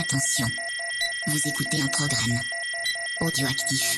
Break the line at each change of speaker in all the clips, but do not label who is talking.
Attention, vous écoutez un programme audioactif.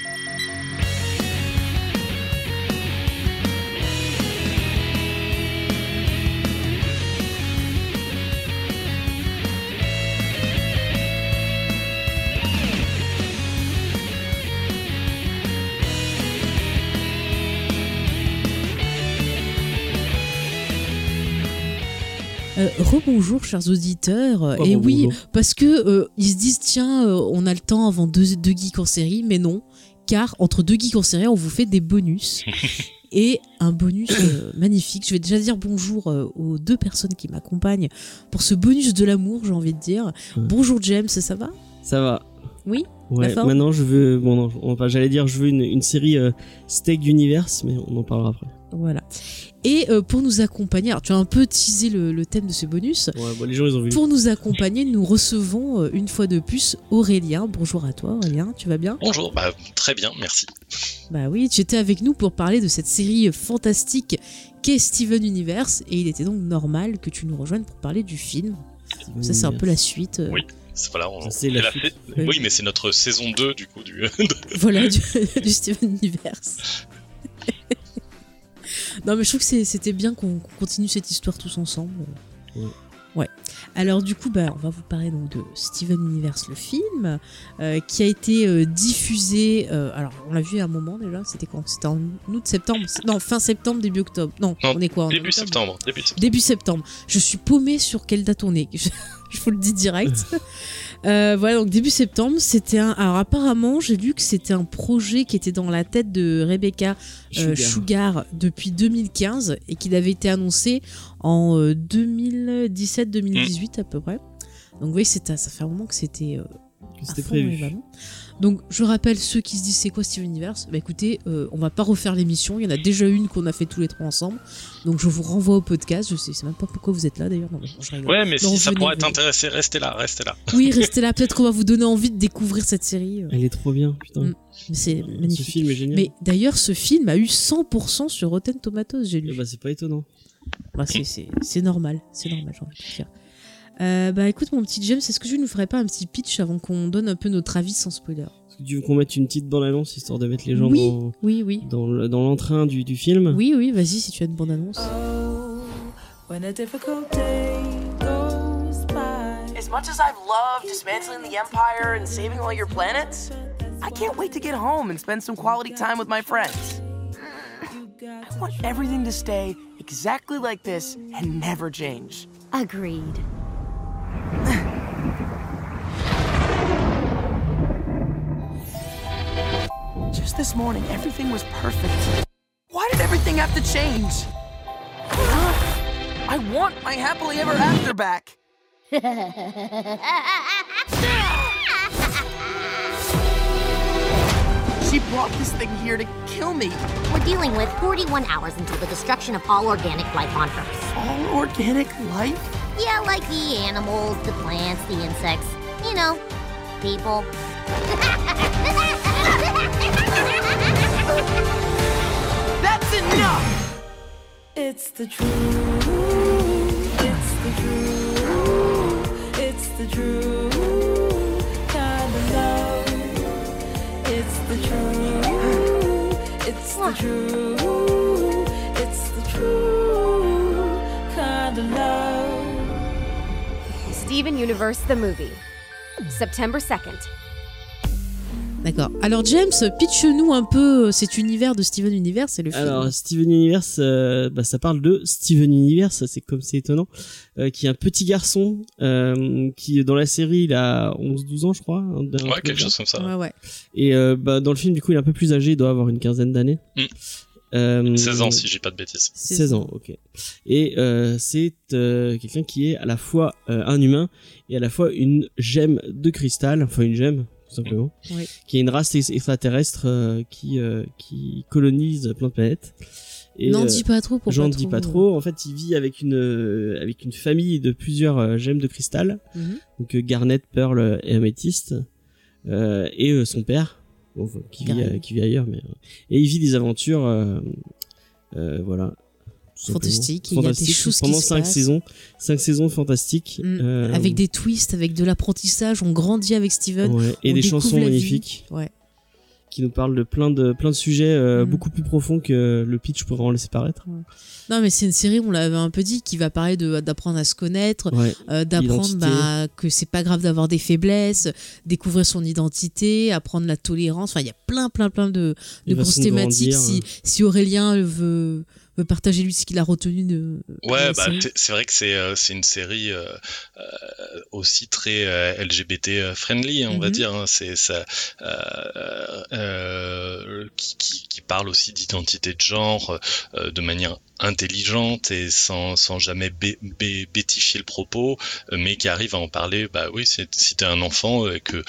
Rebonjour chers auditeurs, et oui, parce que ils se disent tiens, on a le temps avant deux geeks en série, mais non, car entre deux geeks en série, on vous fait des bonus. Et un bonus magnifique. Je vais déjà dire bonjour aux deux personnes qui m'accompagnent pour ce bonus de l'amour, j'ai envie de dire. Bonjour James, ça va ?
Ça va.
Oui.
Ouais, maintenant je veux... Bon non, enfin, j'allais dire je veux une série Steak Universe, mais on en parlera après.
Voilà. Et pour nous accompagner, alors tu as un peu teasé le thème de ce bonus.
Ouais, bon, les gens ils ont vu.
Pour nous accompagner, nous recevons une fois de plus Aurélien. Bonjour à toi Aurélien, tu vas bien ?
Bonjour, très bien, merci.
Bah oui, tu étais avec nous pour parler de cette série fantastique qu'est Steven Universe, et il était donc normal que tu nous rejoignes pour parler du film. Ça c'est un peu la suite.
Oui. Voilà, oui, mais c'est notre saison 2 du coup
voilà, du Steven Universe. Non mais je trouve que c'était bien qu'on continue cette histoire tous ensemble. Ouais. Alors du coup, on va vous parler donc de Steven Universe, le film, qui a été diffusé. Alors on l'a vu à un moment déjà. C'était quand ? C'était en août, septembre. Non, fin septembre, début octobre. Non, on est quoi ?
Début septembre.
Début septembre. Je suis paumée sur quelle date on est. Je vous le dis direct. Voilà, donc début septembre, c'était alors apparemment, j'ai lu que c'était un projet qui était dans la tête de Rebecca Sugar depuis 2015 et qu'il avait été annoncé en 2017-2018 à peu près. Donc oui, ça fait un moment que c'était
prévu.
Donc je rappelle ceux qui se disent c'est quoi Steven Universe, écoutez, on va pas refaire l'émission, il y en a déjà une qu'on a fait tous les trois ensemble, donc je vous renvoie au podcast. Je sais même pas pourquoi vous êtes là d'ailleurs.
Ouais, mais si ça pourrait t'intéresser, restez là.
Oui, restez là, peut-être qu'on va vous donner envie de découvrir cette série.
Elle est trop bien, putain.
C'est magnifique.
Ce film est génial.
Mais d'ailleurs ce film a eu 100% sur Rotten Tomatoes, j'ai lu.
C'est pas étonnant.
C'est normal, j'ai envie de dire. Écoute mon petit James, est-ce que tu nous ferais pas un petit pitch avant qu'on donne un peu notre avis sans spoiler ?
Est-ce que tu veux qu'on mette une petite bande-annonce histoire de mettre les gens dans l'entrain du film ?
Oui, vas-y si tu as une bande-annonce.
When a difficult day goes by. As much as I've loved dismantling the Empire and saving all your planets, I can't wait to get home and spend some quality time with my friends. I want everything to stay exactly like this and never change.
Agreed.
Just this morning, everything was perfect. Why did everything have to change? I want my happily ever after back. She brought this thing here to kill me.
We're dealing with 41 hours until the destruction of all organic life on Earth.
All organic life?
Yeah, like the animals, the plants, the insects. You know, people.
That's enough! It's the truth. It's the truth. It's the truth. Kind of love. It's the truth. It's the truth. It's the truth. Kind of love.
Steven Universe the movie. September 2nd.
D'accord. Alors James, pitch-nous un peu cet univers de Steven Universe et le film.
Alors Steven Universe, ça parle de Steven Universe, c'est étonnant, qui est un petit garçon qui dans la série il a 11-12 ans je crois.
Ouais, quelque chose comme ça.
Ouais.
Et dans le film du coup il est un peu plus âgé, il doit avoir une quinzaine d'années.
16 ans si j'ai pas de bêtises.
16 ans, ok. Et c'est quelqu'un qui est à la fois un humain et à la fois une gemme de cristal, enfin une gemme tout simplement, qui est une race extraterrestre qui colonise plein de planètes. Et
n'en dis pas trop
j'en dis pas trop. En fait, il vit avec une famille de plusieurs gemmes de cristal, donc Garnet, Pearl et Améthyste, et son père. Qui vit ailleurs, mais et il vit des aventures, voilà, tout
fantastique. Il y a des choses
pendant
qui se passent.
5 saisons fantastiques.
Avec des twists, avec de l'apprentissage. On grandit avec Steven.
Ouais, et des chansons magnifiques.
Ouais.
Qui nous parlent de plein de sujets beaucoup plus profonds que le pitch pourrait en laisser paraître.
Ouais. Non, mais c'est une série, on l'avait un peu dit, qui va parler d'apprendre à se connaître, d'apprendre que c'est pas grave d'avoir des faiblesses, découvrir son identité, apprendre la tolérance. Enfin, il y a plein de grosses thématiques. Si Aurélien veut partager lui ce qu'il a retenu de la série.
C'est vrai que c'est une série aussi très LGBT friendly, on va dire. Hein. C'est ça qui parle aussi d'identité de genre de manière intelligente et sans jamais bêtifier le propos, mais qui arrive à en parler. Bah oui, si t'es un enfant et que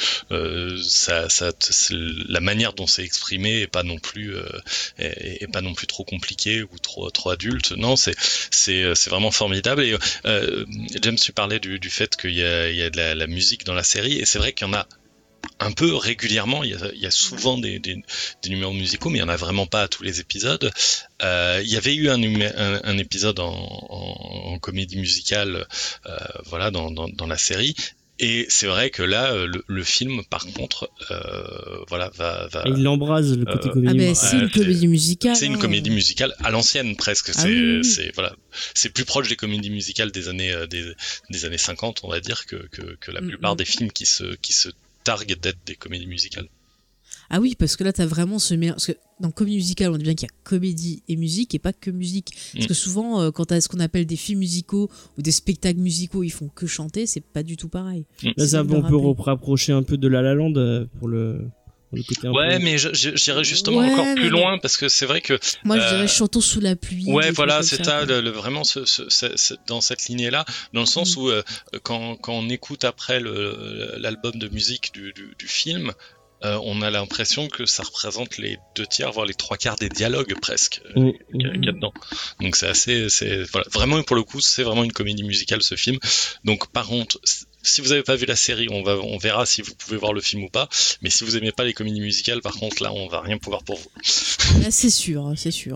la manière dont c'est exprimé est pas non plus trop compliqué ou trop adulte. Non, c'est vraiment formidable. Et James, tu parlais du fait qu'il y a de la musique dans la série, et c'est vrai qu'il y en a un peu régulièrement. Il y a souvent des numéros musicaux, mais il y en a vraiment pas à tous les épisodes. Il y avait eu un épisode en comédie musicale, dans la série. Et c'est vrai que là, le film, par contre, va. Il
l'embrase le côté comédie.
C'est une comédie musicale.
C'est une comédie musicale à l'ancienne presque. C'est plus proche des comédies musicales des années 50, on va dire, que la plupart des films qui se targuent d'être des comédies musicales.
Ah oui, parce que là, t'as vraiment ce mélange. Parce que dans comédie musicale, on dit bien qu'il y a comédie et musique et pas que musique. Parce que souvent, quand t'as ce qu'on appelle des films musicaux ou des spectacles musicaux, ils font que chanter, c'est pas du tout pareil.
Là, ça, on peut rapprocher un peu de La La Land pour le côté un peu...
mais j'irais justement encore plus loin, parce que c'est vrai que...
Moi, je dirais chantons sous la pluie.
Ouais, voilà, c'est ça, vraiment dans cette lignée-là, dans le sens où quand on écoute après l'album de musique du film, on a l'impression que ça représente les 2/3, voire les 3/4 des dialogues presque qu'il y a dedans. Donc vraiment, pour le coup, c'est vraiment une comédie musicale, ce film. Donc par contre, si vous n'avez pas vu la série, on verra si vous pouvez voir le film ou pas. Mais si vous aimez pas les comédies musicales, par contre, là, on va rien pouvoir pour vous.
Là, c'est sûr.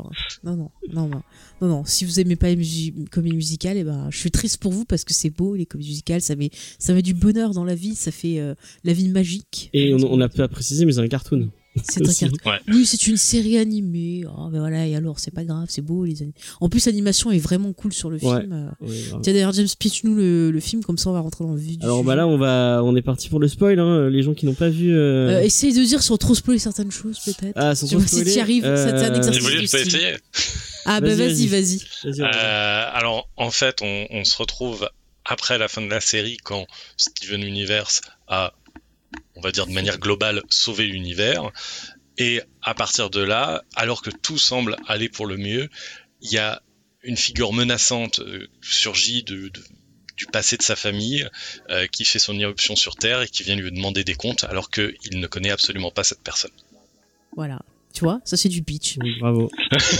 Non. Si vous aimez pas les comédies musicales, je suis triste pour vous, parce que c'est beau, les comédies musicales, ça met du bonheur dans la vie, ça fait la vie magique.
Et on a pas précisé, mais c'est un cartoon.
C'est un carton. Ouais. Oui, c'est une série animée. Et alors, c'est pas grave, c'est beau. En plus, l'animation est vraiment cool sur le film. Tiens, d'ailleurs, James, pitch-nous le film, comme ça on va rentrer dans le vif du sujet.
Là, on est parti pour le spoil, hein. Les gens qui n'ont pas vu.
Essaye de dire sans trop spoiler certaines choses, peut-être.
Ah, sans trop spoiler.
Si tu y arrives, c'est un exercice.
Si vous voulez, je peux essayer.
Vas-y.
Alors, en fait, on se retrouve après la fin de la série, quand Steven Universe a, on va dire de manière globale, sauver l'univers. Et à partir de là, alors que tout semble aller pour le mieux, il y a une figure menaçante surgit du passé de sa famille qui fait son irruption sur Terre et qui vient lui demander des comptes, alors qu'il ne connaît absolument pas cette personne.
Voilà. Tu vois, ça c'est du pitch.
Oui, bravo.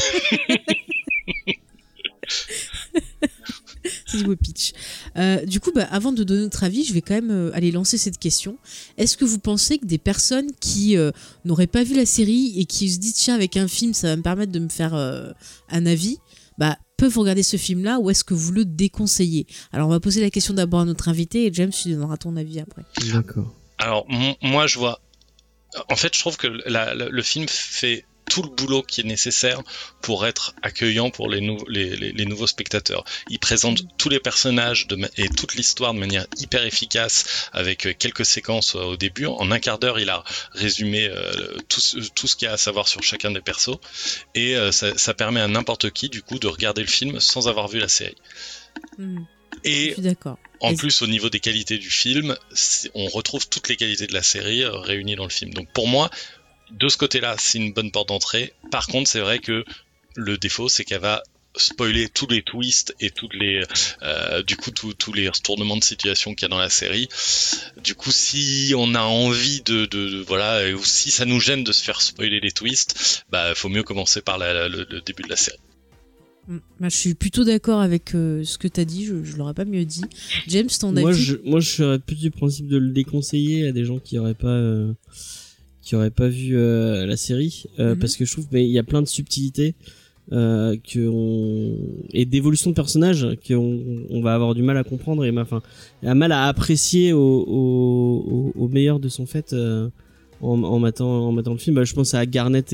C'est du beau pitch. Du coup, avant de donner notre avis, je vais quand même aller lancer cette question. Est-ce que vous pensez que des personnes qui n'auraient pas vu la série et qui se disent tiens, avec un film, ça va me permettre de me faire un avis, peuvent regarder ce film-là, ou est-ce que vous le déconseillez? Alors, on va poser la question d'abord à notre invité, et James, tu donneras ton avis après.
D'accord.
Alors, moi, je vois... En fait, je trouve que le film fait tout le boulot qui est nécessaire pour être accueillant pour les nouveaux spectateurs. Il présente tous les personnages et toute l'histoire de manière hyper efficace, avec quelques séquences au début. En un quart d'heure, il a résumé tout ce qu'il y a à savoir sur chacun des persos, et ça permet à n'importe qui, du coup, de regarder le film sans avoir vu la série. Et
je suis d'accord.
En plus, au niveau des qualités du film, on retrouve toutes les qualités de la série réunies dans le film. Donc pour moi, de ce côté-là, c'est une bonne porte d'entrée. Par contre, c'est vrai que le défaut, c'est qu'elle va spoiler tous les twists et toutes les, tous les retournements de situation qu'il y a dans la série. Du coup, si on a envie ou si ça nous gêne de se faire spoiler les twists, faut mieux commencer par le début de la série.
Je suis plutôt d'accord avec ce que tu as dit, je l'aurais pas mieux dit. James, ton avis?
Moi, je serais plus du principe de le déconseiller à des gens qui auraient pas vu la série, parce que je trouve qu'il y a plein de subtilités et d'évolution de personnages qu'on va avoir du mal à comprendre et mal à apprécier au meilleur de son fait en matant le film. Je pense à Garnet.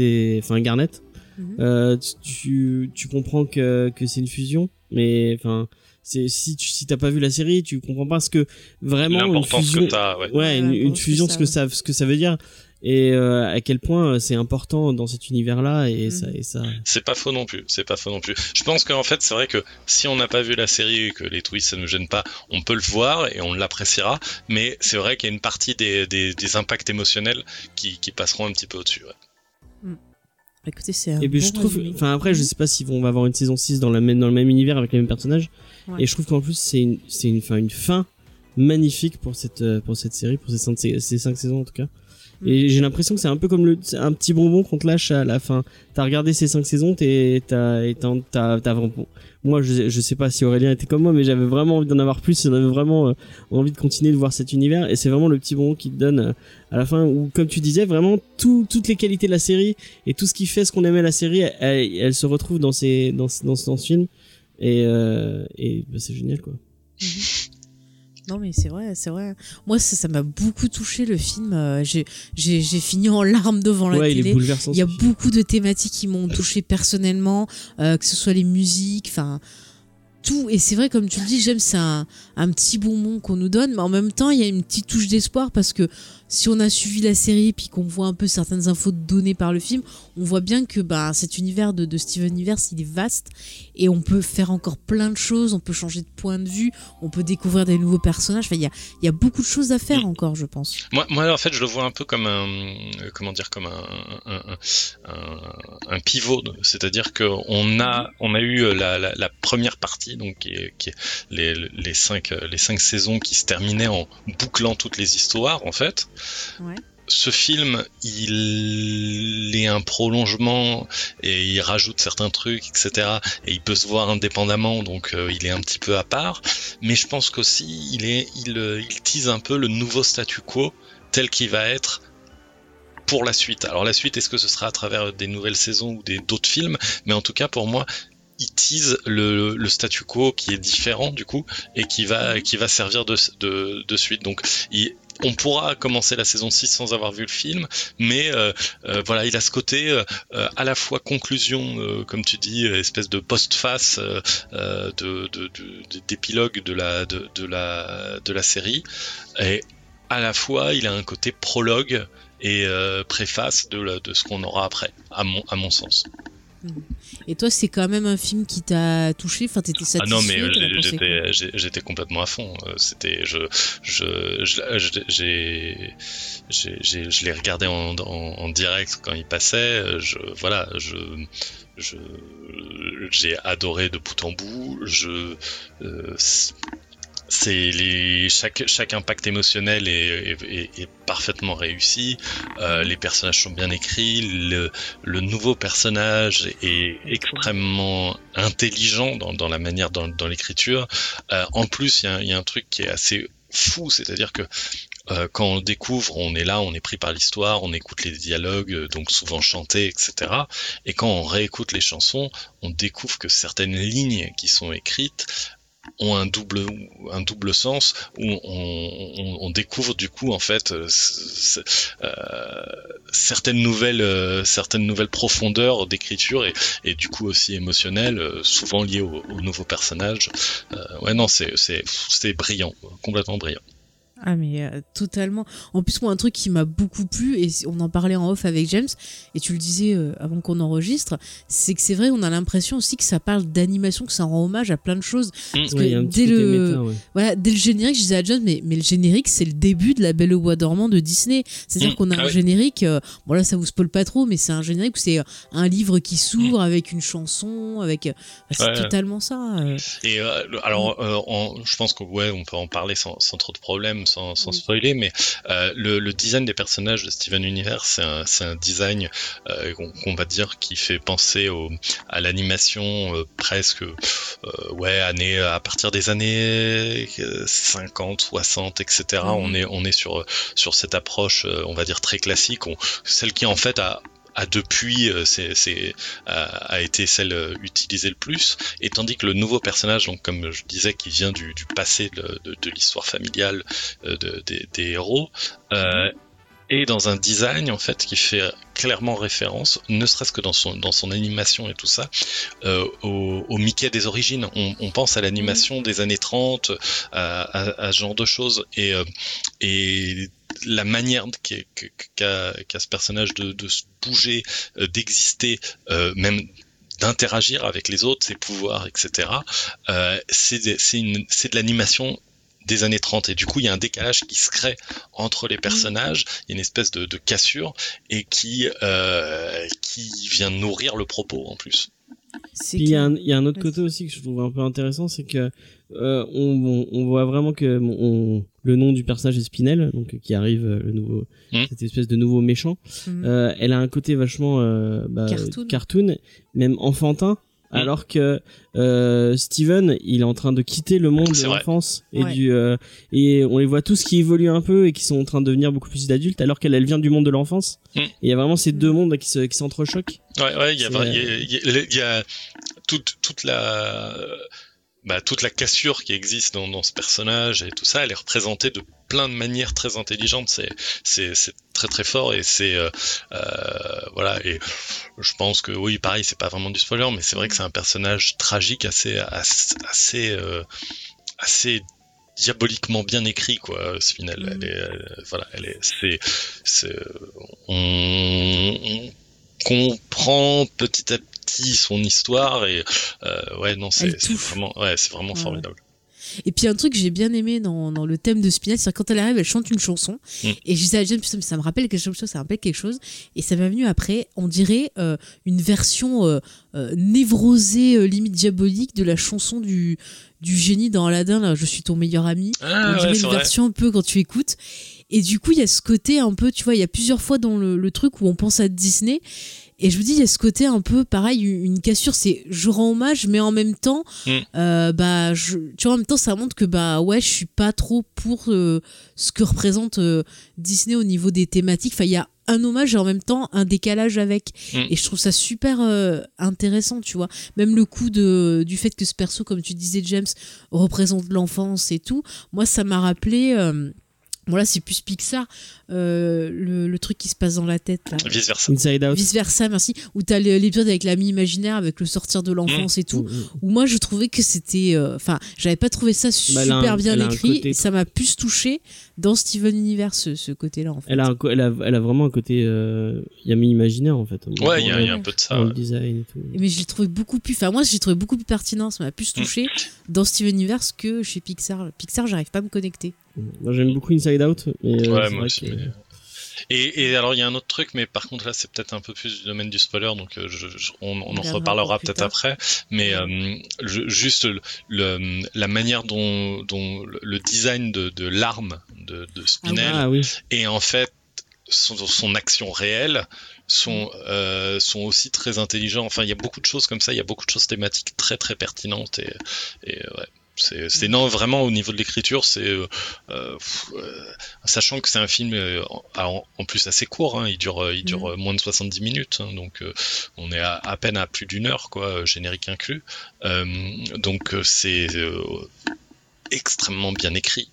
Tu comprends que c'est une fusion, mais enfin si t'as pas vu la série, tu comprends pas ce que vraiment une fusion, une fusion, ce que ça veut dire. Et à quel point c'est important dans cet univers-là et ça.
C'est pas faux non plus. Je pense qu'en fait, c'est vrai que si on n'a pas vu la série et que les twists ça nous gêne pas, on peut le voir et on l'appréciera. Mais c'est vrai qu'il y a une partie des impacts émotionnels qui passeront un petit peu au-dessus. Ouais.
Écoutez, c'est un
et puis je trouve, enfin après, je sais pas si on va avoir une saison 6 dans le même univers avec les mêmes personnages. Ouais. Et je trouve qu'en plus c'est une fin magnifique pour cette série, pour ces 5 saisons en tout cas. Et j'ai l'impression que c'est un peu comme un petit bonbon qu'on te lâche à la fin. T'as regardé ces 5 saisons, t'as vraiment, moi je sais pas si Aurélien était comme moi, mais j'avais vraiment envie d'en avoir plus, j'avais vraiment envie de continuer de voir cet univers, et c'est vraiment le petit bonbon qui te donne à la fin, où comme tu disais, vraiment toutes les qualités de la série et tout ce qui fait ce qu'on aimait la série, elle se retrouve dans ce film, et c'est génial quoi.
Non mais c'est vrai. Moi ça m'a beaucoup touché le film. J'ai fini en larmes devant la télé.
Il est bouleversant.
Il y a beaucoup de thématiques qui m'ont touché personnellement, que ce soit les musiques, enfin tout. Et c'est vrai, comme tu le dis, j'aime, c'est un petit bonbon qu'on nous donne, mais en même temps il y a une petite touche d'espoir parce que si on a suivi la série puis qu'on voit un peu certaines infos données par le film, on voit bien que cet univers de Steven Universe, il est vaste et on peut faire encore plein de choses, on peut changer de point de vue, on peut découvrir des nouveaux personnages. Enfin, il y a beaucoup de choses à faire encore, je pense.
Moi, en fait, je le vois un peu comme un pivot, c'est-à-dire que on a eu la première partie, donc qui est les 5 saisons qui se terminaient en bouclant toutes les histoires, en fait.
Ouais.
Ce film, il est un prolongement et il rajoute certains trucs, etc. Et il peut se voir indépendamment, donc il est un petit peu à part. Mais je pense qu'aussi, il tease un peu le nouveau statu quo tel qu'il va être pour la suite. Alors la suite, est-ce que ce sera à travers des nouvelles saisons ou d'autres films ? Mais en tout cas, pour moi, il tease le statu quo qui est différent du coup et qui va servir de suite. Donc on pourra commencer la saison 6 sans avoir vu le film, mais voilà, il a ce côté à la fois conclusion, comme tu dis, espèce de postface d'épilogue de la série, et à la fois il a un côté prologue et préface de ce qu'on aura après, à mon sens.
Et toi, c'est quand même un film qui t'a touché, enfin t'étais satisfait?
Ah non, mais j'étais complètement à fond. C'était, je l'ai regardé en direct quand il passait. J'ai adoré de bout en bout. Chaque impact émotionnel est parfaitement réussi. Les personnages sont bien écrits. Le nouveau personnage est extrêmement intelligent dans la manière, dans l'écriture. En plus, il y a un truc qui est assez fou, c'est-à-dire que quand on le découvre, on est là, on est pris par l'histoire, on écoute les dialogues, donc souvent chantés, etc. Et quand on réécoute les chansons, on découvre que certaines lignes qui sont écrites ont un double sens, où on découvre du coup en fait certaines nouvelles profondeurs d'écriture et du coup aussi émotionnelles, souvent liées au nouveau personnage. C'est brillant, complètement brillant.
Ah mais totalement. En plus, moi, un truc qui m'a beaucoup plu, et on en parlait en off avec James, et tu le disais avant qu'on enregistre, c'est que c'est vrai, on a l'impression aussi que ça parle d'animation, que ça rend hommage à plein de choses. Parce que dès le générique, je disais à James, mais le générique, c'est le début de La Belle au Bois dormant de Disney. C'est-à-dire qu'on a un générique, bon là, ça vous spoil pas trop, mais c'est un générique où c'est un livre qui s'ouvre avec une chanson, avec... c'est totalement ça.
Et je pense qu'on peut en parler sans trop de problèmes, sans spoiler, mais le design des personnages de Steven Universe, c'est un design qu'on va dire qui fait penser à l'animation presque à partir des années 50, 60, etc. On est sur cette approche, on va dire très classique, celle qui en fait a depuis a été celle utilisée le plus, et tandis que le nouveau personnage, donc comme je disais, qui vient du passé de l'histoire familiale des héros, et dans un design en fait qui fait clairement référence, ne serait-ce que dans son animation et tout ça, au Mickey des origines. On pense à l'animation des années 30, à ce genre de choses, et la manière qu'a ce personnage de se bouger, d'exister, même d'interagir avec les autres, ses pouvoirs, etc. C'est de l'animation des années 30, et du coup il y a un décalage qui se crée entre les personnages, il y a une espèce de cassure, et qui vient nourrir le propos en plus.
Il y a un autre côté aussi que je trouve un peu intéressant, c'est que on voit vraiment que le nom du personnage est Spinel, donc qui arrive, le nouveau, cette espèce de nouveau méchant. Elle a un côté vachement cartoon, même enfantin. Alors que Steven, il est en train de quitter le monde de l'enfance et et on les voit tous qui évoluent un peu et qui sont en train de devenir beaucoup plus d'adultes, alors qu'elle vient du monde de l'enfance. Et il y a vraiment ces deux mondes qui s'entrechoquent.
Ouais, il y a toute la cassure qui existe dans ce personnage et tout ça, elle est représentée de plein de manières très intelligentes. C'est très très fort, et c'est voilà. Et je pense que oui, pareil, c'est pas vraiment du spoiler, mais c'est vrai que c'est un personnage tragique assez diaboliquement bien écrit, quoi. Ce final, on comprend petit à petit son histoire, et c'est vraiment formidable.
Et puis un truc que j'ai bien aimé dans le thème de Spinel, c'est quand elle arrive, elle chante une chanson, et je disais à James, ça me rappelle quelque chose, et ça m'est venu après, on dirait une version névrosée, limite diabolique de la chanson du génie dans Aladdin, là, je suis ton meilleur ami. On dirait une version un peu quand tu écoutes. Et du coup, il y a ce côté un peu, tu vois, il y a plusieurs fois dans le truc où on pense à Disney. Et je me dis, il y a ce côté un peu pareil, une cassure, c'est je rends hommage, mais en même temps, tu vois, en même temps, ça montre que je suis pas trop pour ce que représente Disney au niveau des thématiques. Enfin, il y a un hommage et en même temps un décalage avec. Et je trouve ça super intéressant, tu vois. Même le coup du fait que ce perso, comme tu disais, James, représente l'enfance et tout. Moi, ça m'a rappelé. Bon là c'est plus Pixar, le truc qui se passe dans la tête là.
Vice versa.
Inside Out.
Vice versa, merci. Où t'as l'épisode avec l'ami imaginaire, avec le sortir de l'enfance et tout. Où moi je trouvais que c'était, j'avais pas trouvé ça super bien écrit. Et ça m'a plus touché dans Steven Universe, ce côté-là en fait.
Elle a vraiment un côté yami imaginaire en fait.
Ouais, il y a un peu de ça.
Dans le design et tout.
Mais je l'ai trouvé beaucoup plus, moi j'ai trouvé beaucoup plus pertinent. Ça m'a plus touché dans Steven Universe que chez Pixar. Pixar, j'arrive pas à me connecter.
Moi j'aime beaucoup Inside Out, mais
moi aussi. Et alors il y a un autre truc, mais par contre là c'est peut-être un peu plus du domaine du spoiler, donc on en reparlera peut-être après. Mais juste la manière dont le design de l'arme de Spinel et en fait son action réelle sont aussi très intelligents. Enfin il y a beaucoup de choses comme ça, il y a beaucoup de choses thématiques très très pertinentes, et ouais. C'est non, vraiment au niveau de l'écriture, c'est sachant que c'est un film en plus assez court, hein, il dure moins de 70 minutes, hein, donc on est à peine à plus d'une heure, quoi, générique inclus, donc c'est extrêmement bien écrit.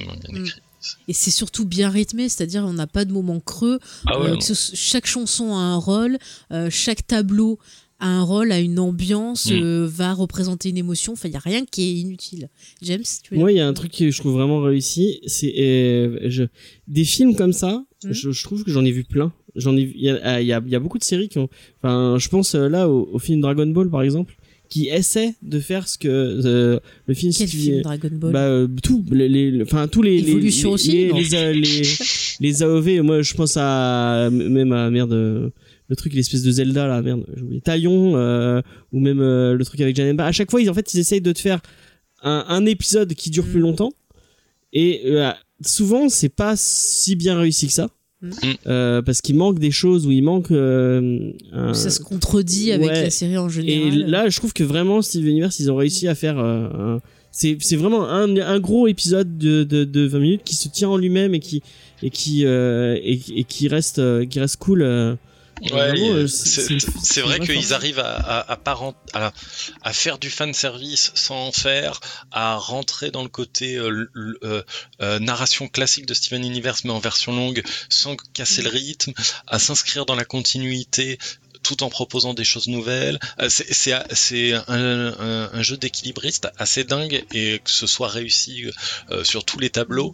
Et c'est surtout bien rythmé, c'est-à-dire on n'a pas de moment creux, chaque chanson a un rôle, chaque tableau a un rôle, a une ambiance, va représenter une émotion. Enfin, il n'y a rien qui est inutile. James, tu veux dire ?
Moi, il y a un truc que je trouve vraiment réussi, c'est des films comme ça. Je trouve que j'en ai vu plein. Il y a beaucoup de séries qui ont. Enfin, je pense là au film Dragon Ball par exemple, qui essaie de faire ce que le film.
Quel film Dragon Ball ?
Tous les
Évolution aussi.
Les AOV. Moi, je pense même à le truc, l'espèce de Zelda là, j'ai oublié, Taillon, ou même le truc avec Janemba. À chaque fois, ils essayent de te faire un épisode qui dure plus longtemps, et souvent c'est pas si bien réussi que ça, parce qu'il manque des choses, ou il manque
ça se contredit avec la série en général.
Et là, je trouve que vraiment Steven Universe, ils ont réussi à faire c'est vraiment un gros épisode de 20 minutes qui se tient en lui-même et qui reste cool.
Ouais, c'est vrai qu'ils arrivent à faire du fan service sans en faire, à rentrer dans le côté narration classique de Steven Universe mais en version longue sans casser le rythme, à s'inscrire dans la continuité tout en proposant des choses nouvelles. C'est un jeu d'équilibriste assez dingue, et que ce soit réussi sur tous les tableaux,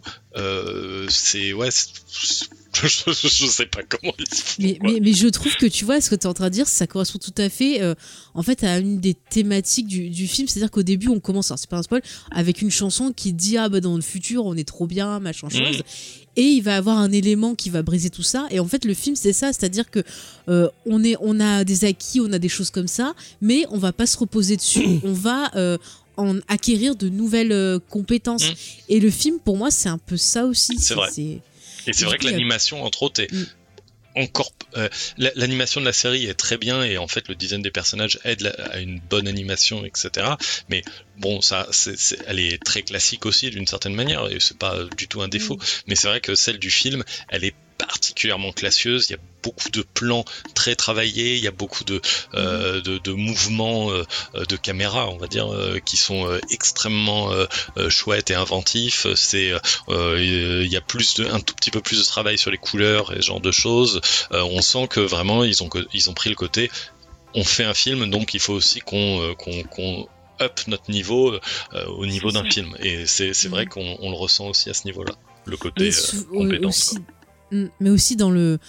je sais pas comment ils font.
Mais je trouve que, tu vois, ce que tu es en train de dire, ça correspond tout à fait en fait à une des thématiques du film. C'est-à-dire qu'au début, on commence, alors c'est pas un spoil, avec une chanson qui dit dans le futur on est trop bien, machin chose. Et il va avoir un élément qui va briser tout ça. Et en fait, le film, c'est ça. C'est-à-dire que on a des acquis, on a des choses comme ça, mais on va pas se reposer dessus. On va en acquérir de nouvelles compétences. Et le film, pour moi, c'est un peu ça aussi.
C'est vrai. Et c'est vrai que l'animation, entre autres, est encore... l'animation de la série est très bien, et en fait, le design des personnages aide à une bonne animation, etc. Mais bon, elle est très classique aussi, d'une certaine manière, et c'est pas du tout un défaut. Mais c'est vrai que celle du film, elle est particulièrement classieuse. Il y a beaucoup de plans très travaillés, il y a beaucoup de mouvements de caméra, on va dire, qui sont extrêmement chouettes et inventifs. Il y a un tout petit peu plus de travail sur les couleurs et ce genre de choses. On sent que vraiment ils ont pris le côté, on fait un film, donc il faut aussi qu'on up notre niveau au niveau d'un film. Et c'est vrai qu'on le ressent aussi à ce niveau-là, le côté compétence.
Mais aussi dans le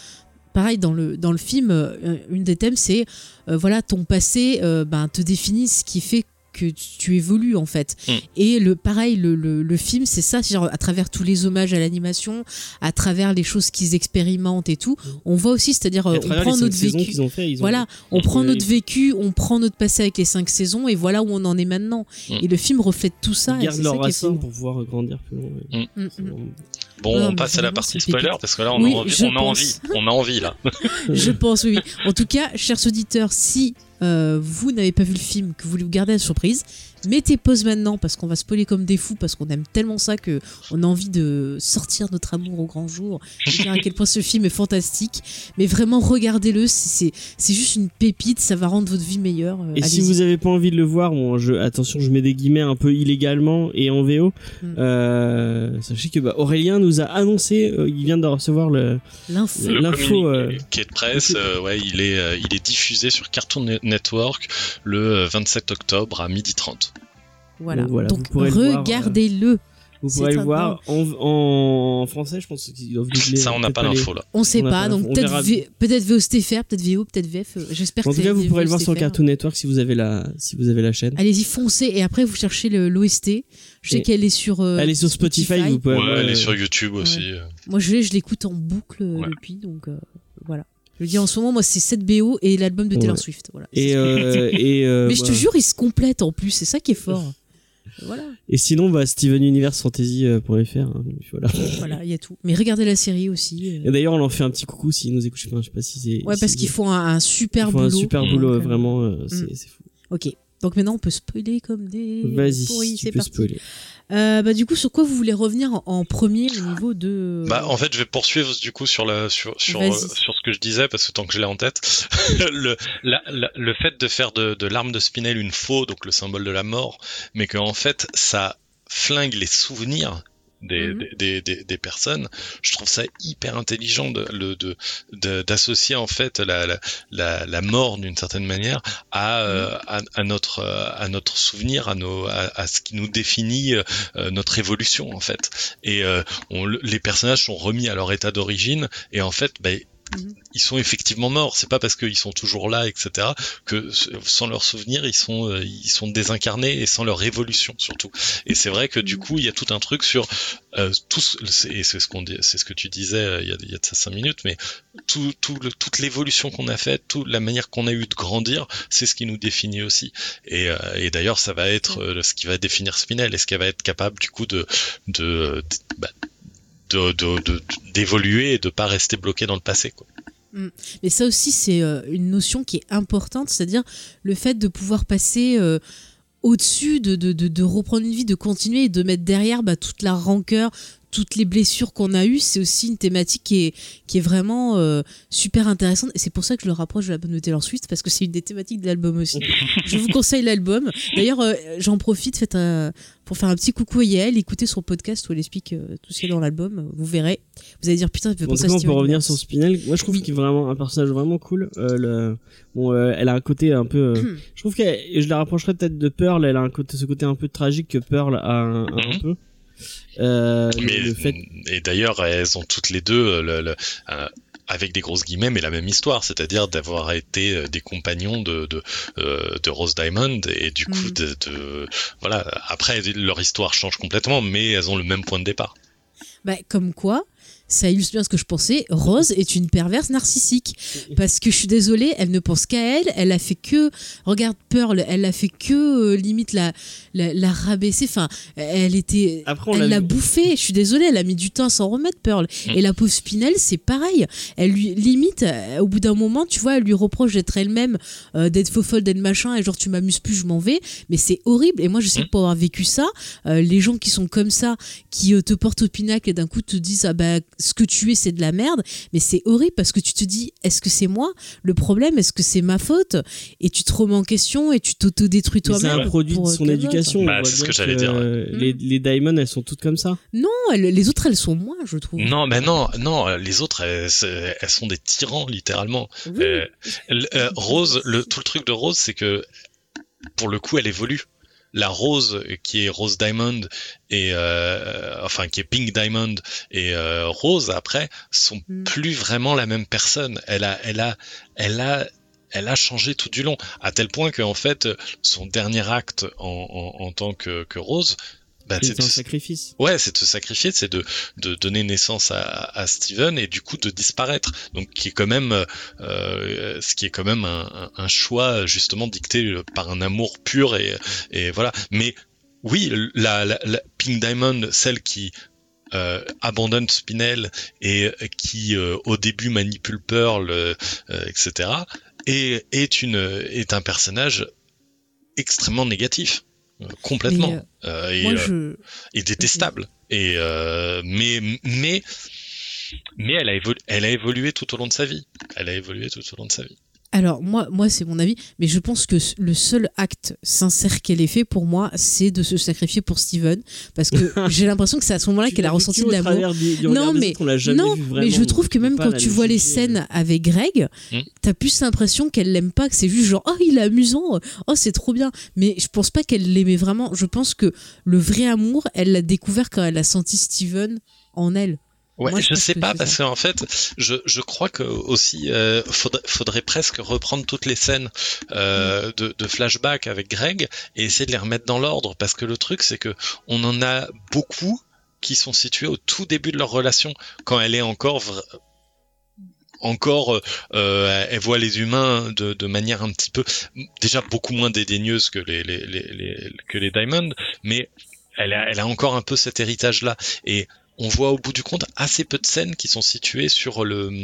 film, une des thèmes, c'est ton passé te définit, ce qui fait que tu évolues en fait. Et le film, c'est ça, genre, à travers tous les hommages à l'animation, à travers les choses qu'ils expérimentent et tout, on voit aussi, c'est-à-dire on prend notre vécu, on prend notre vécu, on prend notre passé avec les 5 saisons, et voilà où on en est maintenant. Et le film reflète tout ça.
Ils gardent leurs racines pour pouvoir grandir plus loin.
Bon, on passe à la partie spoiler, parce que là on a envie là.
Je pense, oui. En tout cas, chers auditeurs, si vous n'avez pas vu le film, que vous voulez vous garder la surprise, mettez pause maintenant, parce qu'on va spoiler comme des fous, parce qu'on aime tellement ça que on a envie de sortir notre amour au grand jour et dire à quel point ce film est fantastique. Mais vraiment, regardez-le, c'est juste une pépite, ça va rendre votre vie meilleure.
Et si vous n'avez pas envie de le voir, attention, je mets des guillemets un peu illégalement et en VO, sachez que Aurélien nous a annoncé, il vient de recevoir l'info
qui est de presse. Il est diffusé sur Cartoon Network le 27 octobre à 12h30.
Voilà. Donc regardez-le.
Vous pourrez le voir en français, je pense qu'ils doivent doubler.
Ça, on n'a pas l'info là.
On sait pas, donc peut-être VOSTFR, peut-être VO, peut-être VF. J'espère que
en tout cas, vous pourrez le voir sur Cartoon Network si vous avez la chaîne.
Allez-y, foncez, et après vous cherchez l'OST. Je sais qu'elle est sur.
Elle est sur Spotify. Vous pouvez.
Elle est sur YouTube aussi.
Moi, je l'écoute en boucle depuis, donc voilà. Je veux dire, en ce moment, moi, c'est cette BO et l'album de Taylor Swift. Voilà.
Mais
je te jure, ils se complètent en plus. C'est ça qui est fort. Voilà.
Et sinon, stevenuniversefantasy.fr.
Voilà, il y a tout. Mais regardez la série aussi.
Et d'ailleurs, on leur fait un petit coucou s'ils nous écoutent. Je sais pas si c'est.
Ouais, parce qu'ils font un super boulot.
Un super boulot, vraiment. C'est fou.
Ok. Donc maintenant, on peut spoiler comme des.
Vas-y,
pourris,
tu peux spoiler.
Du coup, sur quoi vous voulez revenir en premier au niveau de...
en fait, je vais poursuivre du coup sur ce que je disais, parce que tant que je l'ai en tête, le fait de faire de l'arme de Spinel une faux, donc le symbole de la mort, mais que en fait ça flingue les souvenirs des personnes. Je trouve ça hyper intelligent d'associer en fait la mort d'une certaine manière à notre souvenir, à ce qui nous définit notre évolution en fait. Et les personnages sont remis à leur état d'origine, et en fait ils sont effectivement morts. C'est pas parce qu'ils sont toujours là, etc., que sans leurs souvenirs ils sont désincarnés, et sans leur évolution surtout. Et c'est vrai que du coup il y a tout un truc sur et c'est ce que tu disais il y a de ça 5 minutes, mais toute l'évolution qu'on a faite, toute la manière qu'on a eu de grandir, c'est ce qui nous définit aussi. Et d'ailleurs ça va être ce qui va définir Spinel. Est-ce qu'elle va être capable du coup d'évoluer et de pas rester bloqué dans le passé, quoi.
Mais ça aussi, c'est une notion qui est importante, c'est-à-dire le fait de pouvoir passer au-dessus, de reprendre une vie, de continuer, et de mettre derrière toute la rancœur, toutes les blessures qu'on a eues, c'est aussi une thématique qui est vraiment super intéressante. Et c'est pour ça que je le rapproche de l'album de Taylor Swift, parce que c'est une des thématiques de l'album aussi. Je vous conseille l'album. D'ailleurs, j'en profite pour faire un petit coucou à Yael. Écoutez son podcast où elle explique tout ce qu'il y a dans l'album. Vous verrez. Vous allez dire, putain, tu veux penser à Steven.
On peut revenir sur Spinel. Moi, je trouve qu'il est vraiment un personnage vraiment cool. Elle a un côté un peu... je trouve que je la rapprocherais peut-être de Pearl. Elle a ce côté un peu tragique que Pearl a un peu.
Et d'ailleurs, elles ont toutes les deux avec des grosses guillemets, mais la même histoire, c'est-à-dire d'avoir été des compagnons de Rose Diamond, et du coup, voilà. Après, leur histoire change complètement, mais elles ont le même point de départ.
Comme quoi, ça illustre bien ce que je pensais. Rose est une perverse narcissique. Parce que je suis désolée, elle ne pense qu'à elle. Elle a fait que... Regarde Pearl, elle a fait que limite la rabaisser. Enfin, elle l'a bouffée. Je suis désolée, elle a mis du temps à s'en remettre, Pearl. Et la pauvre Spinel, c'est pareil. Elle lui limite, au bout d'un moment, tu vois, elle lui reproche d'être elle-même, d'être faux folle, d'être machin, et genre tu m'amuses plus, je m'en vais. Mais c'est horrible. Et moi, je sais que pour avoir vécu ça, les gens qui sont comme ça, qui te portent au pinacle et d'un coup te disent ce que tu es, c'est de la merde, mais c'est horrible parce que tu te dis, est-ce que c'est moi le problème, est-ce que c'est ma faute, et tu te remets en question et tu t'autodétruis toi-même.
C'est un produit de son éducation.
C'est ce que j'allais dire.
Les Diamond, elles sont toutes comme ça.
Non, les autres, elles sont moins, je trouve.
Non, les autres, elles sont des tyrans, littéralement. Oui. Rose, tout le truc de Rose, c'est que pour le coup, elle évolue. La Rose, qui est Rose Diamond, et qui est Pink Diamond, et Rose après sont plus vraiment la même personne. Elle a changé tout du long, à tel point que en fait son dernier acte en tant que Rose,
c'est un sacrifice.
Ouais, c'est de se sacrifier, c'est de donner naissance à Steven, et du coup de disparaître. Donc ce qui est quand même un choix justement dicté par un amour pur, et voilà. Mais oui, la Pink Diamond, celle qui abandonne Spinel et qui au début manipule Pearl, etc., est un personnage extrêmement négatif. Complètement. Et détestable. Et mais elle a évolué tout au long de sa vie.
Alors moi c'est mon avis, mais je pense que le seul acte sincère qu'elle ait fait pour moi, c'est de se sacrifier pour Steven, parce que j'ai l'impression que c'est à ce moment-là qu'elle a ressenti de l'amour. Non mais je trouve que même quand tu vois les scènes avec Greg, t'as plus l'impression qu'elle l'aime pas, que c'est juste genre il est amusant, c'est trop bien. Mais je pense pas qu'elle l'aimait vraiment. Je pense que le vrai amour, elle l'a découvert quand elle a senti Steven en elle.
Ouais, moi, je sais pas, parce qu'en fait, je crois que aussi faudrait presque reprendre toutes les scènes de flashback avec Greg et essayer de les remettre dans l'ordre, parce que le truc c'est que on en a beaucoup qui sont situés au tout début de leur relation, quand elle est encore elle voit les humains de manière un petit peu, déjà beaucoup moins dédaigneuse que les Diamond, mais elle a encore un peu cet héritage là, et on voit au bout du compte assez peu de scènes qui sont situées sur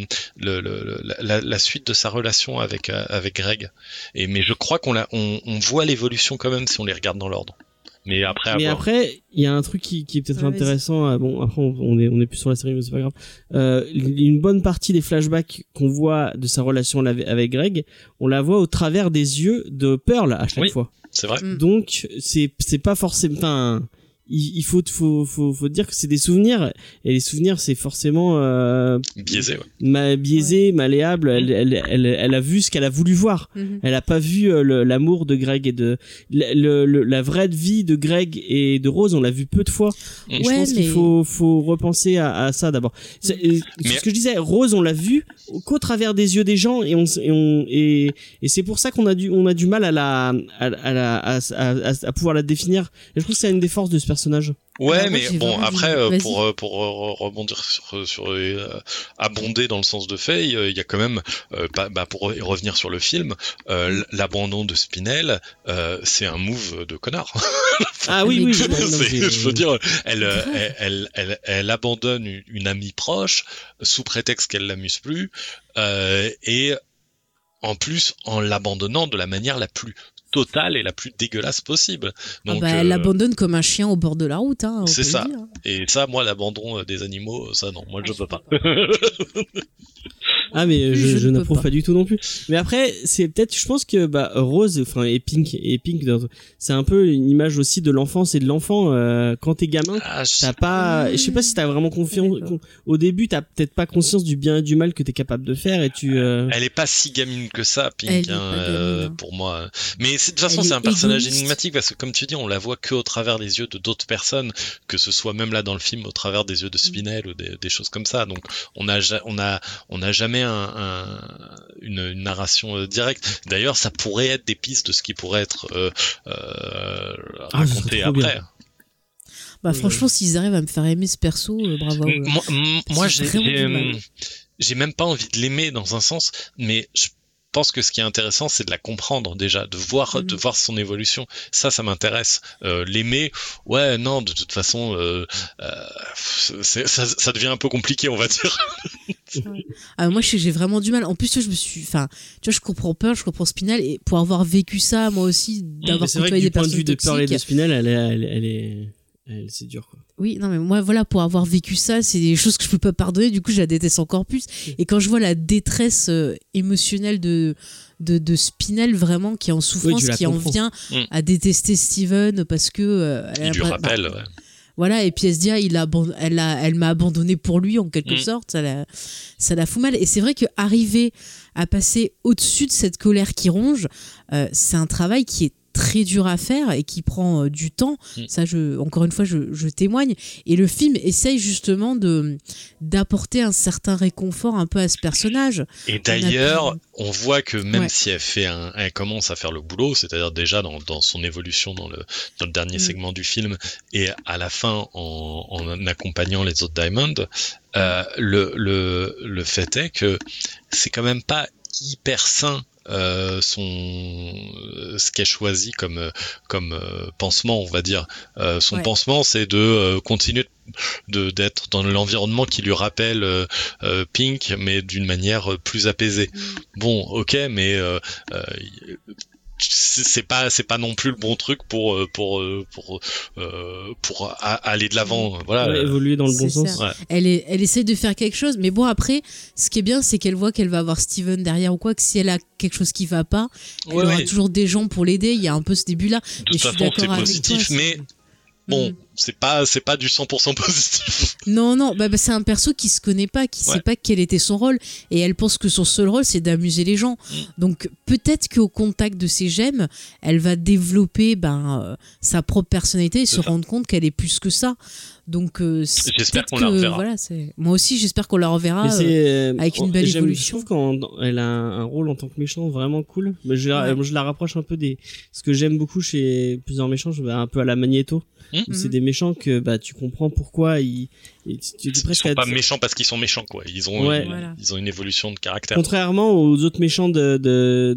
la suite de sa relation avec Greg. Mais je crois on voit l'évolution quand même si on les regarde dans l'ordre. Mais après,
il y a un truc qui est peut-être intéressant. Bon, après, on est plus sur la série, mais c'est pas grave. Une bonne partie des flashbacks qu'on voit de sa relation avec Greg, on la voit au travers des yeux de Pearl à chaque fois.
C'est vrai.
Donc, c'est pas forcément. Il faut dire que c'est des souvenirs, et les souvenirs c'est forcément
biaisé,
malléable. Elle a vu ce qu'elle a voulu voir. Elle a pas vu l'amour de Greg et de la vraie vie de Greg et de Rose. On l'a vu peu de fois. Et je pense qu'il faut repenser à ça d'abord. Ce que je disais, Rose, on l'a vu qu'au travers des yeux des gens, et c'est pour ça qu'on a du mal à pouvoir la définir. Et je trouve que c'est une des forces de ce personnage.
Ouais, mais bon, après, pour rebondir sur abonder dans le sens de fait, il y a quand même, pour revenir sur le film, l'abandon de Spinel, c'est un move de connard.
Ah oui.
Je veux dire, elle abandonne une amie proche sous prétexte qu'elle l'amuse plus, et en plus en l'abandonnant de la manière la plus totale et la plus dégueulasse possible. Donc,
elle l'abandonne comme un chien au bord de la route.
C'est ça. Et ça, moi, l'abandon des animaux, ça non, moi je peux pas.
Ah mais je n'approuve pas du tout non plus. Mais après c'est peut-être, je pense que Rose, enfin et Pink, c'est un peu une image aussi de l'enfance et de l'enfant. Quand t'es gamin, t'as pas, je sais pas si t'as vraiment confiance. Au début, t'as peut-être pas conscience du bien et du mal que t'es capable de faire et tu.
Elle est pas si gamine que ça, Pink, pour moi. Mais de toute façon, c'est un personnage énigmatique parce que comme tu dis, on la voit que au travers des yeux de d'autres personnes, que ce soit même là dans le film au travers des yeux de Spinel ou des choses comme ça. Donc on a jamais une narration directe. D'ailleurs, ça pourrait être des pistes de ce qui pourrait être raconté après.
Franchement, s'ils arrivent à me faire aimer ce perso, bravo.
Moi, j'ai même pas envie de l'aimer dans un sens, mais je pense que ce qui est intéressant, c'est de la comprendre déjà, de voir son évolution. Ça m'intéresse. L'aimer, non, de toute façon, ça devient un peu compliqué, on va dire.
Moi, j'ai vraiment du mal. En plus, je comprends Spinel, et pour avoir vécu ça, moi aussi, d'avoir côtoyé des personnes toxiques.
C'est vrai que du point de vue de Spinel, c'est dur, quoi.
Oui, non, mais moi, voilà, pour avoir vécu ça, c'est des choses que je peux pas pardonner, du coup, je la déteste encore plus. Et quand je vois la détresse émotionnelle de Spinel, vraiment, qui est en souffrance, qui en vient à détester Steven parce que...
il lui rappelle, ouais.
Voilà, et puis elle se dit, elle m'a abandonné pour lui, en quelque sorte, ça la fout mal. Et c'est vrai qu'arriver à passer au-dessus de cette colère qui ronge, c'est un travail qui est très dur à faire et qui prend du temps. Ça, encore une fois, je témoigne. Et le film essaye justement d'apporter un certain réconfort un peu à ce personnage.
Et d'ailleurs, on voit que même si elle commence à faire le boulot, c'est-à-dire déjà dans son évolution dans le dernier segment du film et à la fin en accompagnant les autres Diamond, le fait est que c'est quand même pas hyper sain ce qu'elle choisit comme pansement, on va dire. Son pansement, c'est de continuer d'être dans l'environnement qui lui rappelle Pink, mais d'une manière plus apaisée. Bon, ok, mais c'est pas non plus le bon truc pour aller de l'avant, voilà.
Évoluer dans le bon sens.
Elle essaie de faire quelque chose, mais bon, après ce qui est bien, c'est qu'elle voit qu'elle va avoir Steven derrière ou quoi, que si elle a quelque chose qui va pas, elle aura toujours des gens pour l'aider. Il y a un peu ce début là,
de toute façon c'est positif, mais bon, c'est pas du 100% positif.
Non, c'est un perso qui se connaît pas, qui sait pas quel était son rôle, et elle pense que son seul rôle c'est d'amuser les gens. Donc peut-être qu'au contact de ces gemmes, elle va développer sa propre personnalité et se rendre compte qu'elle est plus que ça. Donc
j'espère qu'on la reverra.
Voilà, moi aussi j'espère qu'on la reverra avec une belle évolution.
Je trouve qu'elle a un rôle en tant que méchant vraiment cool. Mais je la rapproche un peu ce que j'aime beaucoup chez plusieurs méchants, un peu à la Magneto. C'est des méchants que tu comprends pourquoi ils
sont pas méchants parce qu'ils sont méchants, quoi. Ils ont une évolution de caractère.
Contrairement aux autres méchants du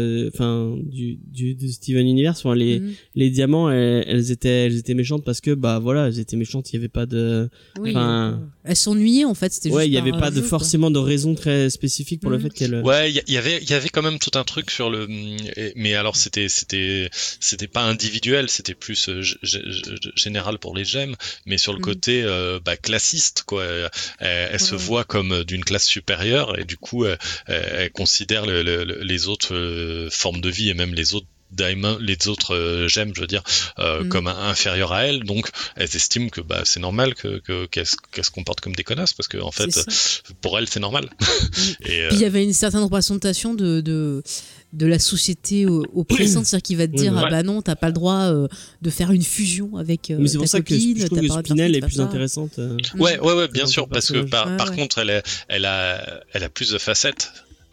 Steven Universe, les diamants, elles étaient méchantes parce que elles étaient méchantes, il y avait pas de
elles s'ennuyaient en fait, c'était juste
il y avait pas forcément de raison très spécifique pour le fait qu'elles
il y avait quand même tout un truc sur mais alors c'était pas individuel, c'était plus général pour les gemmes, mais sur le côté classiste, quoi. Elle se voit comme d'une classe supérieure et du coup elle considère les autres formes de vie et même les autres gemmes, je veux dire, comme inférieures à elle, donc elles estiment que c'est normal qu'elles se comportent comme des connasses, parce que en fait pour elles c'est normal.
Et puis il y avait une certaine représentation de la société oppressante, c'est-à-dire qu'il va te dire non, t'as pas le droit de faire une fusion avec
mais c'est pour ça
copine,
que je trouve que Spinel est plus intéressante.
Bien sûr, parce que par contre elle a plus de facettes.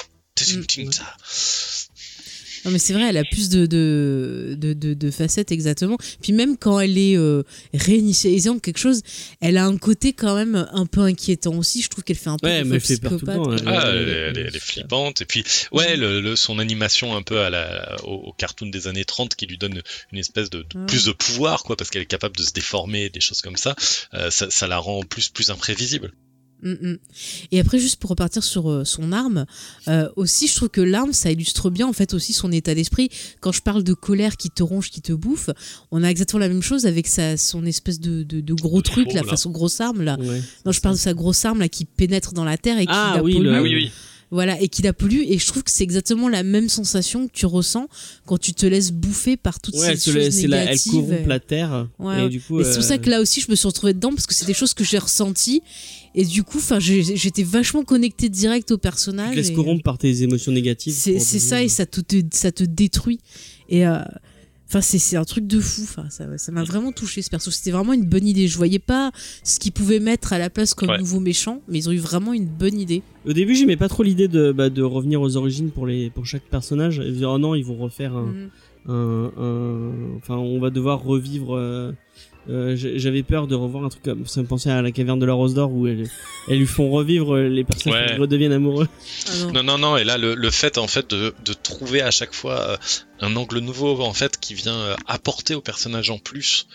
Non mais c'est vrai, elle a plus de facettes, exactement. Puis même quand elle est réinitialisée en quelque chose, elle a un côté quand même un peu inquiétant aussi. Je trouve qu'elle fait un peu
de psychopathe.
Elle est flippante. Et puis son animation un peu au cartoon des années 30 qui lui donne une espèce de plus de pouvoir, quoi, parce qu'elle est capable de se déformer, des choses comme ça. Ça la rend plus imprévisible.
Et après, juste pour repartir sur son arme, aussi, je trouve que l'arme, ça illustre bien en fait aussi son état d'esprit. Quand je parle de colère qui te ronge, qui te bouffe, on a exactement la même chose avec son espèce de gros truc, là, enfin son grosse arme là. Ouais, non, je parle de sa grosse arme là qui pénètre dans la terre et qui la pollue.
Oui.
Voilà, et qui la pollue, et je trouve que c'est exactement la même sensation que tu ressens quand tu te laisses bouffer par toutes ces choses négatives.
Elle corrompt la terre.
Ouais.
Et du coup,
c'est pour ça que là aussi je me suis retrouvée dedans, parce que c'est des choses que j'ai ressenties, et du coup j'étais vachement connectée direct au personnage.
Tu te laisses corrompre par tes émotions négatives.
C'est ça, et ça te détruit. Et enfin, c'est un truc de fou. Enfin, ça m'a vraiment touché ce perso. C'était vraiment une bonne idée. Je voyais pas ce qu'ils pouvaient mettre à la place comme nouveau méchant, mais ils ont eu vraiment une bonne idée.
Au début, j'aimais pas trop l'idée de revenir aux origines pour chaque personnage. Et dire, oh non, ils vont refaire enfin, on va devoir revivre. J'avais peur de revoir un truc comme ça, me pensait à la caverne de la Rose d'Or où elles lui font revivre les personnages qui redeviennent amoureux.
Non, et là le fait en fait de trouver à chaque fois un angle nouveau en fait qui vient apporter au personnage en plus,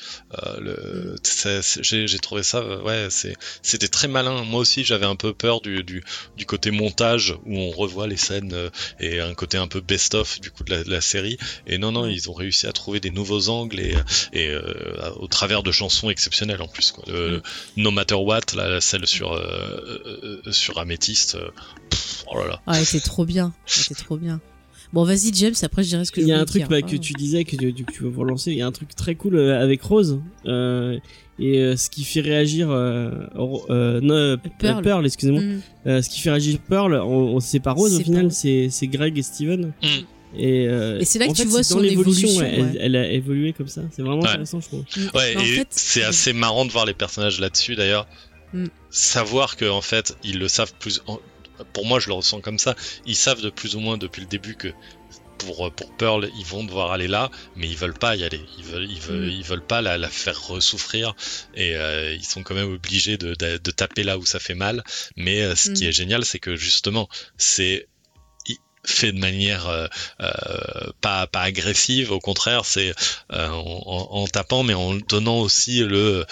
j'ai trouvé ça c'était très malin. Moi aussi j'avais un peu peur du côté montage où on revoit les scènes et un côté un peu best-of du coup de la série, et non ils ont réussi à trouver des nouveaux angles et au travers de chansons exceptionnelles en plus quoi. No Matter What, là, celle sur Améthyste, oh là là.
Ah, c'était trop bien. Bon, vas-y James, après je dirais ce que je voulais dire.
Il y a un truc que tu disais que tu veux relancer, il y a un truc très cool avec Rose et ce qui fait réagir Pearl, excusez-moi. Ce qui fait réagir Pearl, c'est pas Rose au final, c'est Greg et Steven. Et
c'est là que tu
fait,
vois son évolution.
Elle a évolué comme ça. C'est vraiment intéressant, je trouve.
Ouais, et en fait, c'est assez marrant de voir les personnages là-dessus d'ailleurs. Savoir que en fait, ils le savent plus. Pour moi, je le ressens comme ça. Ils savent de plus ou moins depuis le début que pour Pearl, ils vont devoir aller là, mais ils veulent pas y aller. Ils veulent pas la faire souffrir, et ils sont quand même obligés de taper là où ça fait mal. Mais ce qui est génial, c'est que justement, c'est fait de manière pas agressive, au contraire, c'est en tapant, mais en donnant aussi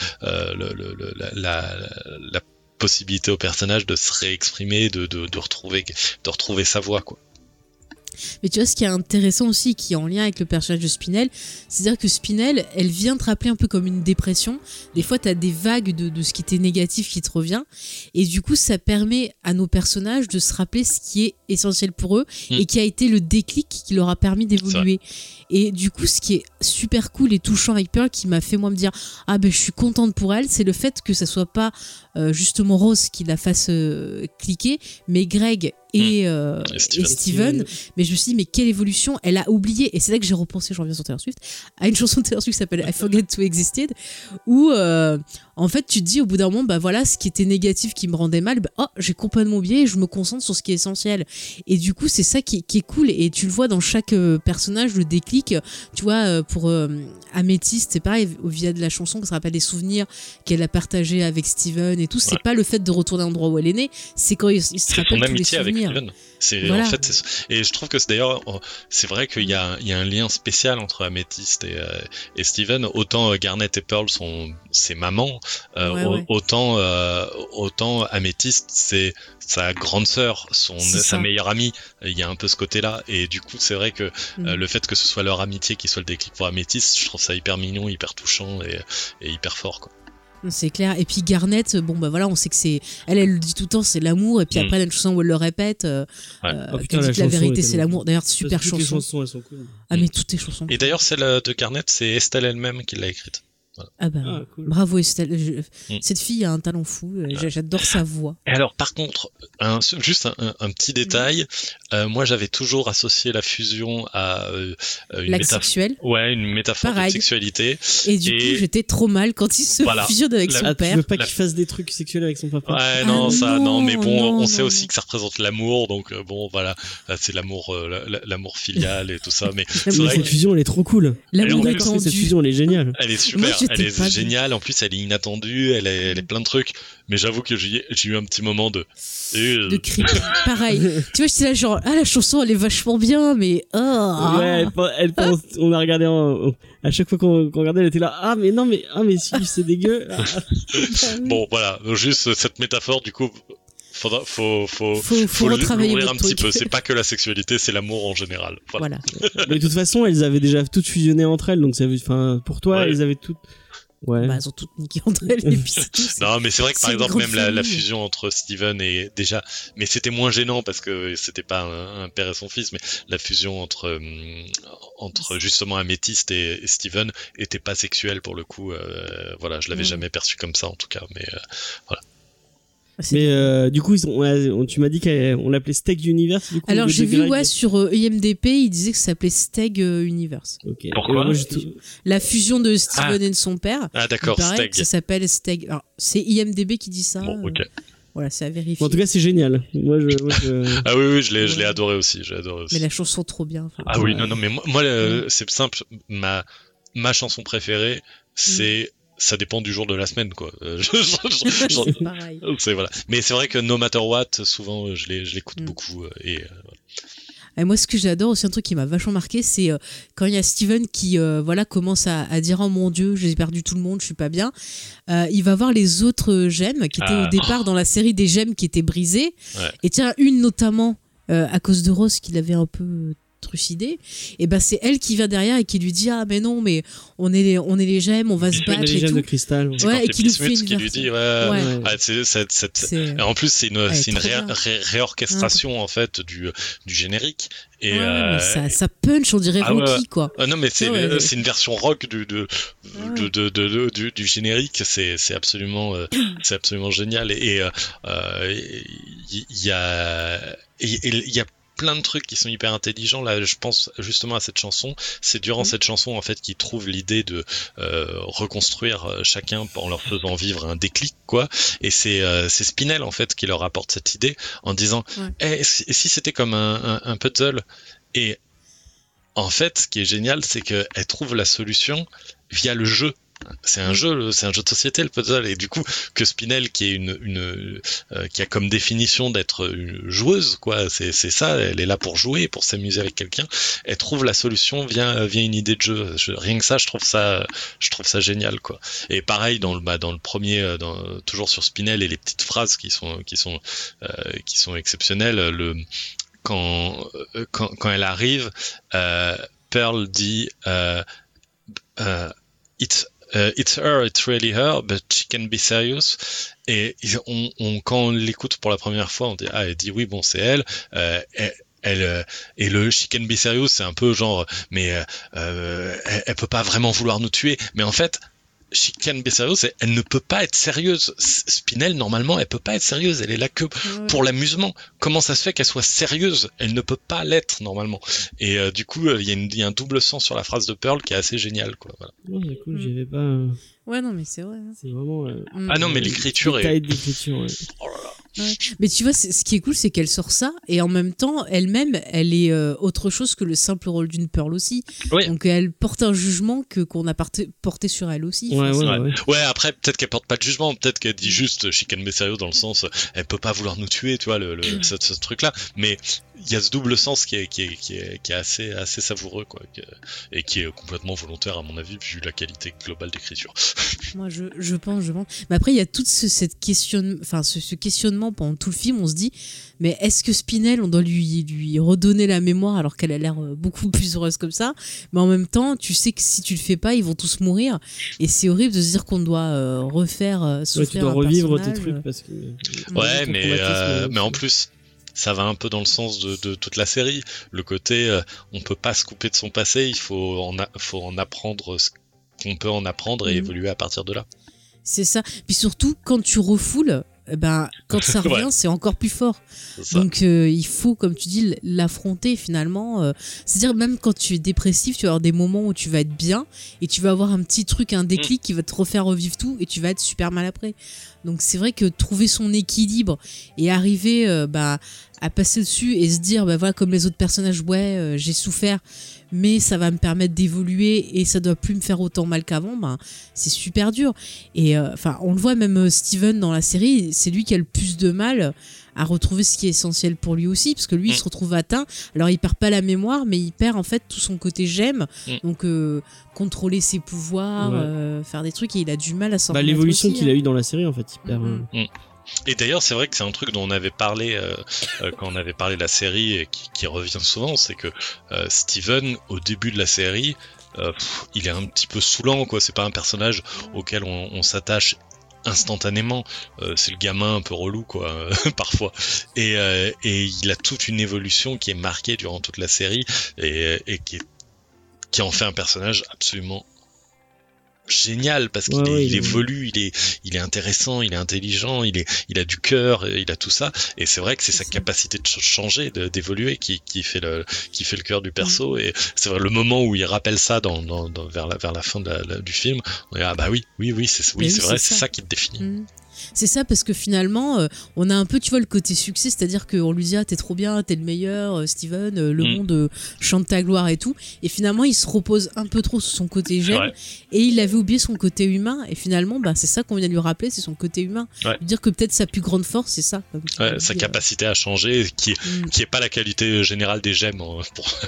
la possibilité au personnage de se réexprimer, de retrouver sa voix, quoi.
Mais tu vois, ce qui est intéressant aussi, qui est en lien avec le personnage de Spinel, c'est-à-dire que Spinel, elle vient te rappeler un peu comme une dépression. Des fois, t'as des vagues de ce qui était négatif qui te revient. Et du coup, ça permet à nos personnages de se rappeler ce qui est essentiel pour eux et qui a été le déclic qui leur a permis d'évoluer. Et du coup, ce qui est super cool et touchant avec Pearl, qui m'a fait moi me dire « Ah ben, je suis contente pour elle », c'est le fait que ça soit pas justement Rose qui la fasse cliquer, mais Greg et Steven. Mais je me suis dit, mais quelle évolution, elle a oublié, et c'est là que j'ai repensé, j'en reviens sur Taylor Swift, à une chanson de Taylor Swift qui s'appelle I Forget to Existed, où en fait tu te dis au bout d'un moment, bah voilà, ce qui était négatif, qui me rendait mal, bah, j'ai complètement oublié et je me concentre sur ce qui est essentiel. Et du coup c'est ça qui est cool, et tu le vois dans chaque personnage, le déclic. Tu vois, pour Améthyste, c'est pareil, via de la chanson qui se rappelle des souvenirs qu'elle a partagé avec Steven et tout. C'est pas le fait de retourner à l'endroit où elle est née, c'est quand il se rappelle tous les souvenirs.
En fait, et je trouve que c'est d'ailleurs, c'est vrai qu'il y a un lien spécial entre Améthyste et Steven. Autant Garnet et Pearl sont ses mamans, autant Améthyste c'est sa grande sœur, sa meilleure amie. Il y a un peu ce côté-là, et du coup c'est vrai que le fait que ce soit leur amitié qui soit le déclic pour Améthyste, je trouve ça hyper mignon, hyper touchant et hyper fort, quoi.
C'est clair. Et puis Garnet, bon bah voilà, on sait que c'est elle le dit tout le temps, c'est l'amour, et puis après il y a une chanson où elle le répète, dit que la vérité c'est l'amour. D'ailleurs, super chanson.
Toutes les chansons, elles sont cool.
Ah mais toutes les chansons.
Et d'ailleurs celle de Garnet, c'est Estelle elle-même qui l'a écrite.
Voilà. Ah bah cool. Bravo Estelle, cette fille a un talent fou, j'adore sa voix.
Et alors par contre, juste un petit détail, moi j'avais toujours associé la fusion à une
sexuelle.
Ouais, une métaphore de sexualité.
Et du coup j'étais trop mal quand il se fusionne avec son père.
Tu veux pas qu'il fasse des trucs sexuels avec son papa?
Ouais, non, mais bon, on sait aussi que ça représente l'amour, donc bon voilà, c'est l'amour filial et tout ça, mais c'est vrai
cette fusion elle est trop cool.
L'amour étendu.
Cette fusion elle est géniale.
Elle est super.
Moi
elle est géniale. En plus, elle est inattendue. Elle est plein de trucs. Mais j'avoue que j'ai eu un petit moment de
creep. Pareil. Tu vois, j'étais là genre, la chanson, elle est vachement bien, mais
Ouais, elle pense, on a regardé à chaque fois qu'on regardait, elle était là, mais si, c'est dégueu.
Bon, voilà. Juste cette métaphore, du coup. Faut
l'ouvrir
un petit peu. C'est pas que la sexualité, c'est l'amour en général.
Voilà.
Mais de toute façon, elles avaient déjà toutes fusionné entre elles, donc pour toi, elles avaient toutes. Ouais.
Elles ont toutes niqué entre elles et puis c'est tout.
Non, mais c'est vrai que par exemple même la fusion entre Steven et déjà, mais c'était moins gênant parce que c'était pas un père et son fils, mais la fusion entre justement Améthyste et Steven était pas sexuelle pour le coup. Voilà, je l'avais jamais perçu comme ça en tout cas, mais voilà.
Mais du coup, tu m'as dit qu'on l'appelait Steg Universe. Du coup,
alors j'ai vu sur IMDb, il disait que ça s'appelait Steg Universe.
Okay.
Pourquoi
la fusion de Steven et de son père.
Ah d'accord, Steg.
Ça s'appelle Steg. Alors c'est IMDb qui dit ça.
Bon, ok.
Voilà, c'est à vérifier.
Bon, en tout cas, c'est génial. Moi,
Ah oui, je l'ai adoré aussi.
Mais la chanson trop bien.
Ah oui, non, mais moi c'est simple. Ma chanson préférée, c'est ça dépend du jour de la semaine, quoi.
C'est pareil.
Voilà. Mais c'est vrai que No Matter What, souvent, je l'écoute beaucoup. Voilà.
Et moi, ce que j'adore aussi, un truc qui m'a vachement marqué, c'est quand il y a Steven qui commence à dire oh mon Dieu, j'ai perdu tout le monde, je suis pas bien. Il va voir les autres gemmes qui étaient au départ dans la série des gemmes qui étaient brisées. Ouais. Et tiens, une notamment à cause de Ross qui l'avait un peu trucidé, et ben c'est elle qui vient derrière et qui lui dit mais non, mais on est les gemmes, on va se battre et tout.
De cristal.
Ouais, et qui nous fait une
qui lui dit en plus c'est une réorchestration en fait du générique et
mais ça punch, on dirait Rocky quoi.
Non mais c'est une version rock du générique, c'est absolument génial et il y a plein de trucs qui sont hyper intelligents. Là, je pense justement à cette chanson. C'est durant cette chanson en fait qu'ils trouvent l'idée de reconstruire chacun en leur faisant vivre un déclic, quoi. Et c'est Spinell en fait qui leur apporte cette idée en disant si c'était comme un puzzle. Et en fait, ce qui est génial, c'est que elle trouve la solution via le jeu. C'est un jeu de société, le puzzle, et du coup que Spinell qui est qui a comme définition d'être une joueuse, quoi, c'est ça, elle est là pour jouer, pour s'amuser avec quelqu'un, elle trouve la solution via une idée de jeu. Rien que ça, je trouve ça génial, quoi. Et pareil dans le premier, toujours sur Spinell et les petites phrases qui sont exceptionnelles. Quand elle arrive, Pearl dit it's her, it's really her, but she can be serious. Et quand on l'écoute pour la première fois, on dit elle dit oui, bon, c'est elle. Et le she can be serious, c'est un peu genre, mais elle peut pas vraiment vouloir nous tuer. Mais en fait, she can be serious, elle ne peut pas être sérieuse. Spinell, normalement, elle peut pas être sérieuse. Elle est là que pour l'amusement. Comment ça se fait qu'elle soit sérieuse? Elle ne peut pas l'être, normalement. Et du coup, il y a un double sens sur la phrase de Pearl qui est assez génial, quoi. Voilà.
Non, du coup, j'y avais pas...
Ouais, non, mais c'est vrai.
C'est vraiment...
Ah non, mais l'écriture
est... d'écriture, ouais.
Oh là là.
Ouais. Mais tu vois, ce qui est cool, c'est qu'elle sort ça et en même temps, elle-même, elle est autre chose que le simple rôle d'une Pearl aussi. Oui. Donc elle porte un jugement qu'on a porté sur elle aussi.
Ouais, après peut-être qu'elle porte pas de jugement, peut-être qu'elle dit juste she can be serious dans le sens elle peut pas vouloir nous tuer, tu vois, ce truc-là. Mais il y a ce double sens qui est assez savoureux, quoi, et qui est complètement volontaire à mon avis vu la qualité globale d'écriture.
Moi, je pense. Mais après, il y a tout ce questionnement pendant tout le film. On se dit, mais est-ce que Spinell, on doit lui redonner la mémoire alors qu'elle a l'air beaucoup plus heureuse comme ça? Mais en même temps, tu sais que si tu le fais pas, ils vont tous mourir. Et c'est horrible de se dire qu'on doit refaire souffrir
tu dois revivre tes trucs parce que.
Ouais, mais en plus. Ça va un peu dans le sens de toute la série. Le côté, on peut pas se couper de son passé, il faut en apprendre ce qu'on peut en apprendre et évoluer à partir de là.
C'est ça. Puis surtout, quand tu refoules, quand ça revient, c'est encore plus fort. Donc il faut, comme tu dis, l'affronter finalement. C'est-à-dire même quand tu es dépressif, tu vas avoir des moments où tu vas être bien et tu vas avoir un petit truc, un déclic qui va te refaire revivre tout et tu vas être super mal après. Donc c'est vrai que trouver son équilibre et arriver à passer dessus et se dire voilà, comme les autres personnages, j'ai souffert, mais ça va me permettre d'évoluer et ça doit plus me faire autant mal qu'avant, c'est super dur. Et on le voit, même Steven dans la série, c'est lui qui a le plus de mal à retrouver ce qui est essentiel pour lui aussi, parce que lui il se retrouve atteint. Alors il perd pas la mémoire, mais il perd en fait tout son côté j'aime, donc contrôler ses pouvoirs, faire des trucs, et il a du mal à s'en remettre
l'évolution
aussi,
qu'il a eu dans la série en fait, il perd.
Et d'ailleurs, c'est vrai que c'est un truc dont on avait parlé quand on avait parlé de la série et qui revient souvent, c'est que Steven, au début de la série, il est un petit peu saoulant, quoi. C'est pas un personnage auquel on s'attache instantanément. C'est le gamin un peu relou, quoi, parfois. Et il a toute une évolution qui est marquée durant toute la série et qui en fait un personnage absolument génial, parce qu'il il évolue, il est intéressant, il est intelligent, il a du cœur, il a tout ça, et c'est vrai que c'est sa capacité de changer, d'évoluer qui fait le cœur du perso. Et c'est vrai, le moment où il rappelle ça vers la fin du film, on est c'est vrai, c'est ça qui te définit.
C'est ça, parce que finalement on a un peu, tu vois, le côté succès, c'est-à-dire qu'on lui dit t'es trop bien, t'es le meilleur Steven, le monde chante ta gloire et tout, et finalement il se repose un peu trop sur son côté j'aime, et il avait oublié son côté humain, et finalement c'est ça qu'on vient de lui rappeler, c'est son côté humain, dire que peut-être sa plus grande force c'est ça,
sa capacité à changer, qui est pas la qualité générale des j'aime en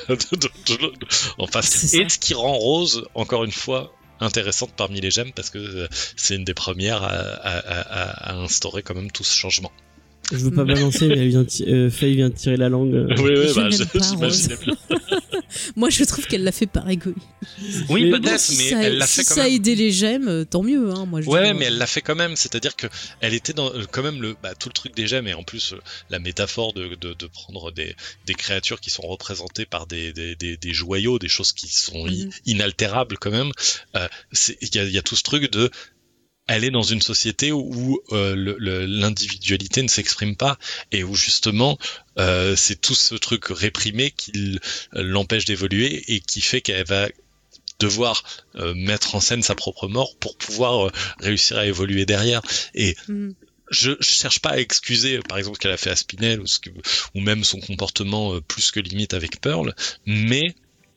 face, et ce qui rend Rose, encore une fois, intéressante parmi les j'aime, parce que c'est une des premières à instaurer quand même tout ce changement.
Je veux pas balancer, mais Faye vient de tirer la langue.
J'imaginais bien.
Moi, je trouve qu'elle l'a fait par égoïsme.
Oui, peut-être, mais elle l'a fait quand même.
Si ça a aidé les j'aime, tant mieux. Moi,
mais elle l'a fait quand même. C'est-à-dire que elle était dans quand même tout le truc des j'aime, et en plus la métaphore de prendre des créatures qui sont représentées par des joyaux, des choses qui sont inaltérables quand même. Il y a tout ce truc de elle est dans une société où l'individualité ne s'exprime pas, et où justement c'est tout ce truc réprimé qui l'empêche d'évoluer, et qui fait qu'elle va devoir mettre en scène sa propre mort pour pouvoir réussir à évoluer derrière. Et je cherche pas à excuser par exemple ce qu'elle a fait à Spinel, ou même son comportement plus que limite avec Pearl, mais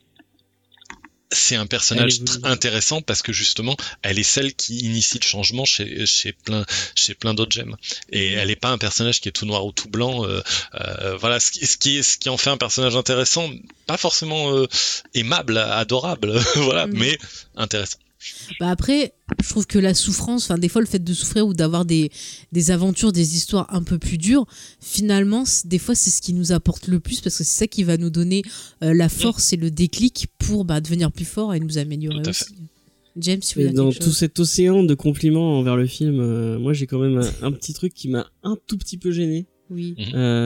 c'est un personnage intéressant parce que justement elle est celle qui initie le changement chez plein d'autres j'aime, et elle est pas un personnage qui est tout noir ou tout blanc. Voilà, ce qui en fait un personnage intéressant, pas forcément aimable, adorable, voilà, mais intéressant.
Après, je trouve que la souffrance, des fois le fait de souffrir ou d'avoir des aventures, des histoires un peu plus dures, finalement des fois c'est ce qui nous apporte le plus, parce que c'est ça qui va nous donner la force et le déclic pour devenir plus fort et nous améliorer aussi. James, tu veux dire
dans
quelque chose ?
Tout cet océan de compliments envers le film, moi j'ai quand même un petit truc qui m'a un tout petit peu gêné.
Oui.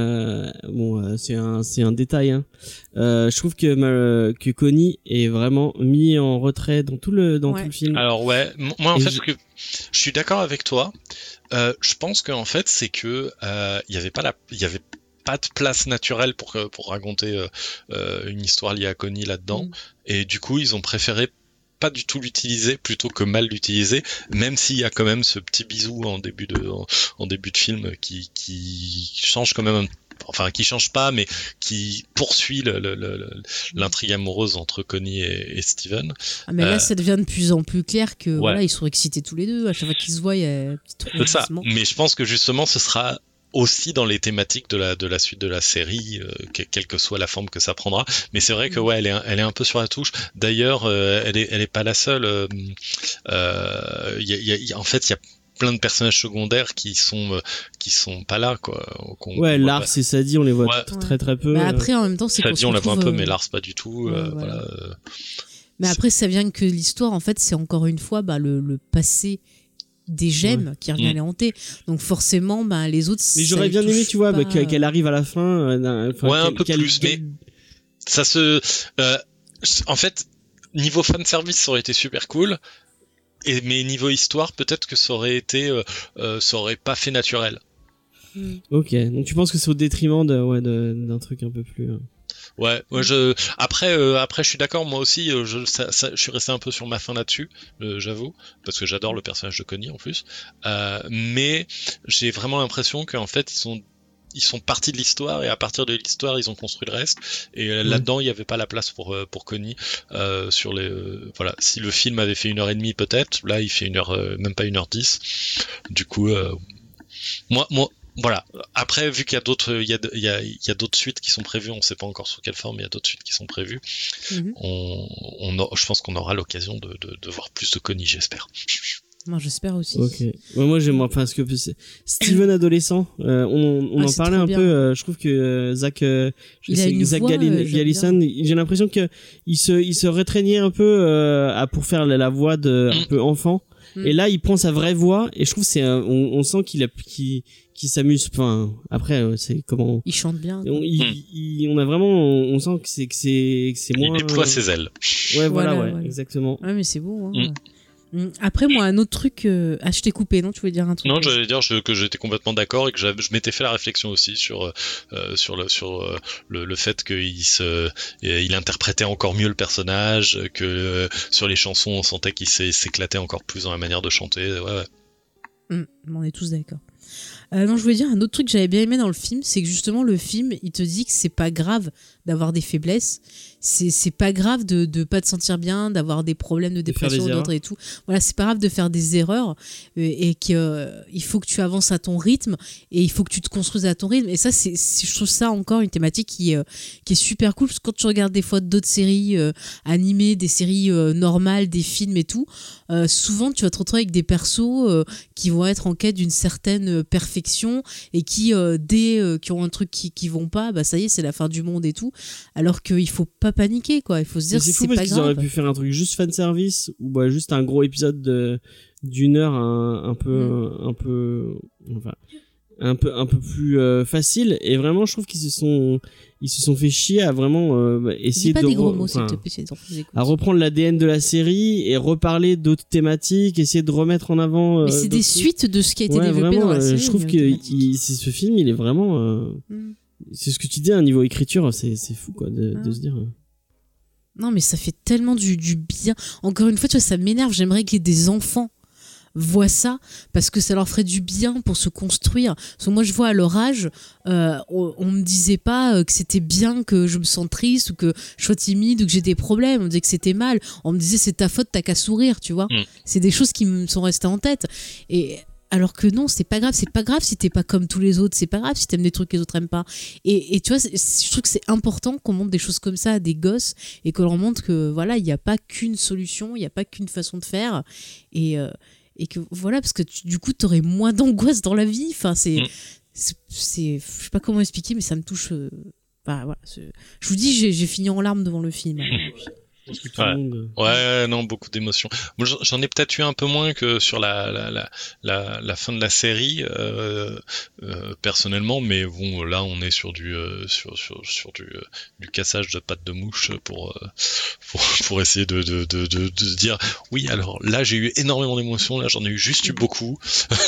C'est un détail, hein. Je trouve que Connie est vraiment mis en retrait dans tout le film.
Alors moi en fait je suis d'accord avec toi. Je pense qu'en fait c'est que il y avait pas de place naturelle pour raconter une histoire liée à Connie là-dedans, et du coup ils ont préféré pas du tout l'utiliser plutôt que mal l'utiliser, même s'il y a quand même ce petit bisou en début de film qui change quand même qui change pas, mais qui poursuit l'intrigue amoureuse entre Connie et Steven.
Mais là ça devient de plus en plus clair que voilà, ils sont excités tous les deux, à chaque fois qu'ils se voient il y a un petit
c'est ça, mais je pense que justement ce sera aussi dans les thématiques de la suite de la série, quelle que soit la forme que ça prendra. Mais c'est vrai que elle est un peu sur la touche. D'ailleurs, elle est pas la seule. En fait, il y a plein de personnages secondaires qui sont pas là, quoi.
Lars et Sadie, on les voit très très peu.
Mais après, en même temps, c'est
Sadie, on la voit un peu, mais Lars pas du tout. Voilà.
Mais après, ça vient que l'histoire, en fait, c'est encore une fois le passé des gemmes qui revient les hanter, donc forcément les autres,
mais j'aurais bien aimé, tu vois, qu'elle arrive à la fin
un peu plus, mais ça en fait, niveau fanservice ça aurait été super cool, mais niveau histoire peut-être que ça aurait pas fait naturel.
Ok, donc tu penses que c'est au détriment d'un truc un peu plus
Ouais, après je suis d'accord, moi aussi, je suis resté un peu sur ma fin là-dessus, j'avoue, parce que j'adore le personnage de Connie en plus, mais j'ai vraiment l'impression qu'en fait ils sont partis de l'histoire, et à partir de l'histoire ils ont construit le reste, et là-dedans il n'y avait pas la place pour Connie, sur les voilà, si le film avait fait 1h30 peut-être, là il fait même pas 1h10, du coup moi voilà. Après, vu qu'il y a d'autres, il y a d'autres suites qui sont prévues, on ne sait pas encore sous quelle forme, mais il y a d'autres suites qui sont prévues. Je pense qu'on aura l'occasion de voir plus de Connie, j'espère.
Moi, j'espère aussi.
Ok. Moi, j'aimerais, parce que Steven adolescent, on en parlait un peu. Je trouve que Zach Gallison, j'ai l'impression que il se restreignait un peu pour faire la voix de un peu enfant. Et là, il prend sa vraie voix, et je trouve on sent qu'il s'amuse. Enfin, après, c'est comment.
Il chante bien.
On a vraiment, on sent que c'est moins.
Il déploie ses ailes.
Ouais, voilà, exactement.
Ouais, mais c'est beau. Hein. Après, moi, un autre truc. Je t'ai coupé, non? Tu voulais dire un truc?
Non, j'allais dire que j'étais complètement d'accord, et que je m'étais fait la réflexion aussi sur le fait qu'il interprétait encore mieux le personnage, que sur les chansons on sentait qu'il s'éclatait encore plus dans la manière de chanter. Ouais.
On est tous d'accord. Non, je voulais dire un autre truc que j'avais bien aimé dans le film, c'est que justement le film, il te dit que c'est pas grave d'avoir des faiblesses, c'est pas grave de pas te sentir bien, d'avoir des problèmes de dépression d'autres et tout. Voilà, c'est pas grave de faire des erreurs, et qu'il faut que tu avances à ton rythme, et il faut que tu te construises à ton rythme. Et ça, je trouve ça encore une thématique qui est super cool, parce que quand tu regardes des fois d'autres séries animées, des séries normales, des films et tout, souvent tu vas te retrouver avec des persos qui vont être en quête d'une certaine perfection, et qui dès qu'ils ont un truc qui vont pas, bah ça y est, c'est la fin du monde et tout, alors qu'il faut pas paniquer, quoi. Il faut se dire que c'est pas grave.
Qu'ils auraient pu faire un truc juste fan service, ou juste un gros épisode d'une heure un peu plus facile, et vraiment je trouve qu'ils se sont fait chier à vraiment essayer
pas des gros mots, s'il te plaît,
à reprendre l'ADN de la série et reparler d'autres thématiques, essayer de remettre en avant
mais c'est des suites de ce qui a été développé vraiment, dans la série.
Je trouve que ce film, il est vraiment c'est ce que tu dis, à un niveau écriture, c'est fou, quoi, de se dire.
Non, mais ça fait tellement du bien. Encore une fois, tu vois, ça m'énerve. J'aimerais qu'il y ait des enfants voient ça, parce que ça leur ferait du bien pour se construire. Parce que moi, je vois à leur âge, on me disait pas que c'était bien que je me sente triste, ou que je sois timide, ou que j'ai des problèmes. On me disait que c'était mal. On me disait c'est ta faute, t'as qu'à sourire, tu vois. C'est des choses qui me sont restées en tête. Et alors que non, c'est pas grave si t'es pas comme tous les autres, c'est pas grave si t'aimes des trucs que les autres aiment pas. Et tu vois, je trouve que c'est important qu'on montre des choses comme ça à des gosses, et qu'on leur montre que voilà, il n'y a pas qu'une solution, il n'y a pas qu'une façon de faire, et que voilà, parce que du coup t'aurais moins d'angoisse dans la vie. Enfin, c'est je sais pas comment expliquer, mais ça me touche. Voilà, je vous dis, j'ai fini en larmes devant le film.
Ouais, non, beaucoup d'émotions. Moi, j'en ai peut-être eu un peu moins que sur la fin de la série, personnellement, mais bon, là, on est sur du cassage de pattes de mouche pour essayer de dire, oui, alors là, j'ai eu énormément d'émotions, là, j'en ai juste eu beaucoup.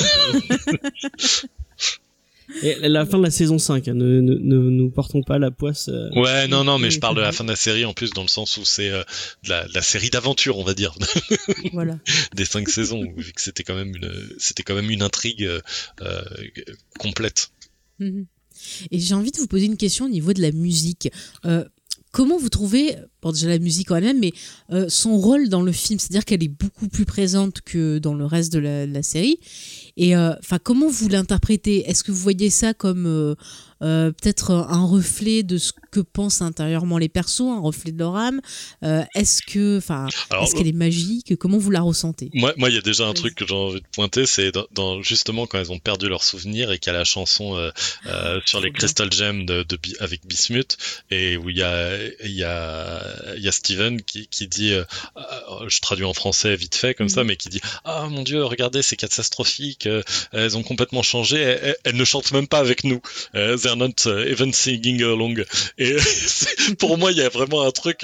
Et la fin de la saison 5, hein, ne nous portons pas la poisse.
Ouais, non, mais je parle de la fin de la série en plus, dans le sens où c'est de la série d'aventure, on va dire.
Voilà.
Des 5 saisons, vu que c'était quand même une intrigue complète.
Et j'ai envie de vous poser une question au niveau de la musique. Comment vous trouvez, bon, déjà la musique en elle-même, mais son rôle dans le film, c'est-à-dire qu'elle est beaucoup plus présente que dans le reste de la série. Et comment vous l'interprétez? Est-ce que vous voyez ça comme peut-être un reflet de ce que pensent intérieurement les persos, un reflet de leur âme? Est-ce qu'elle est magique? Comment vous la ressentez? Moi,
il y a déjà un truc que j'ai envie de pointer, c'est justement quand elles ont perdu leurs souvenirs, et qu'il y a la chanson sur les Crystal Gems avec Bismuth, et où il y a Steven qui dit, je traduis en français vite fait comme ça, mais qui dit, ah mon Dieu, regardez, c'est catastrophique, elles ont complètement changé, elles ne chantent même pas avec nous. C'est they're not even singing along. Et pour moi, il y a vraiment un truc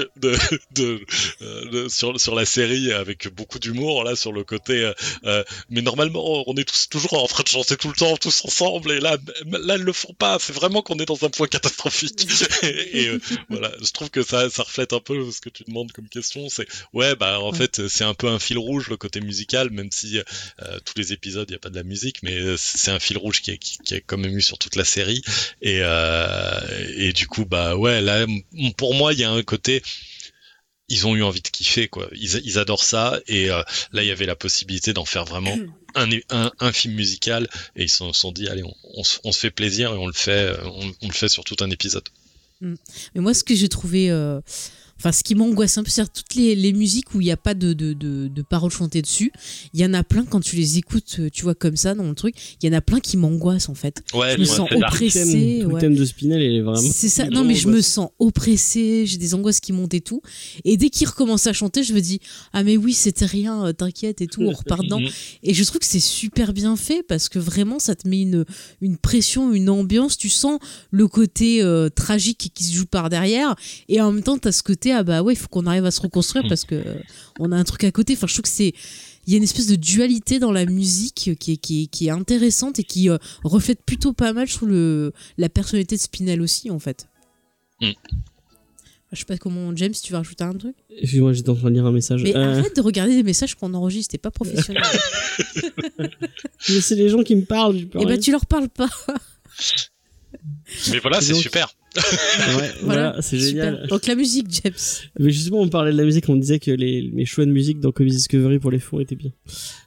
sur la série avec beaucoup d'humour là sur le côté. Mais normalement, on est toujours en train de chanter tout le temps, tous ensemble. Et là, ils le font pas. C'est vraiment qu'on est dans un point catastrophique. et voilà, je trouve que ça reflète un peu ce que tu demandes comme question. C'est en fait, c'est un peu un fil rouge le côté musical, même si tous les épisodes il y a pas de la musique, mais c'est un fil rouge qui est quand même eu sur toute la série. Et du coup, là, pour moi, il y a un côté. Ils ont eu envie de kiffer, quoi. Ils adorent ça, et là, il y avait la possibilité d'en faire vraiment un film musical, et ils se sont dit, allez, on se fait plaisir, et on le fait sur tout un épisode.
Mais moi, ce que j'ai trouvé... ce qui m'angoisse un peu, c'est toutes les musiques où il n'y a pas de paroles chantées dessus. Il y en a plein, quand tu les écoutes, tu vois, comme ça, dans le truc, il y en a plein qui m'angoissent, en fait. Ouais, je me sens oppressée.
Le thème de Spinel, il est vraiment...
C'est ça, non, mais je me sens oppressée, j'ai des angoisses qui montent et tout. Et dès qu'il recommence à chanter, je me dis, ah mais oui, c'était rien, t'inquiète et tout, on repart dedans. Et je trouve que c'est super bien fait, parce que vraiment, ça te met une pression, une ambiance. Tu sens le côté tragique qui se joue par derrière, et en même temps, t'as ce côté il faut qu'on arrive à se reconstruire parce que on a un truc à côté. Enfin, je trouve que il y a une espèce de dualité dans la musique qui est intéressante et qui reflète plutôt pas mal, je trouve, la personnalité de Spinel aussi, en fait. Je sais pas comment, James, tu vas rajouter un truc?
Excuse-moi, j'étais en train de lire un message.
Mais arrête de regarder les messages qu'on enregistre, c'est pas professionnel.
Mais c'est les gens qui me parlent.
Tu leur parles pas.
Mais voilà, c'est super.
Voilà, c'est génial.
Donc la musique, James.
Mais justement, on parlait de la musique, on disait que mes choix de musique dans Comedy Discovery pour les fonds étaient bien.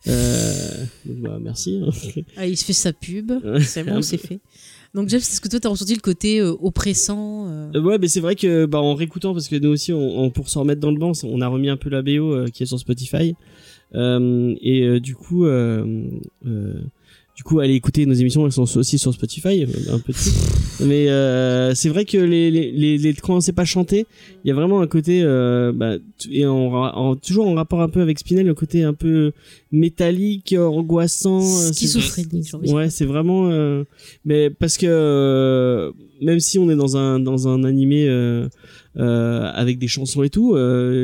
Merci.
Il se fait sa pub, c'est bon, c'est fait. Donc James, est-ce que toi t'as ressenti le côté oppressant
Ouais, mais c'est vrai que en réécoutant, parce que nous aussi, pour s'en remettre dans le banc, on a remis un peu la BO qui est sur Spotify. Du coup, allez écouter nos émissions, elles sont aussi sur Spotify, un peu de tout. Mais c'est vrai que quand c'est pas chanté, il y a vraiment un côté et toujours en rapport un peu avec Spinel, le côté un peu métallique, angoissant,
schizophrénique.
Ouais, c'est vraiment mais parce que même si on est dans un animé avec des chansons et tout,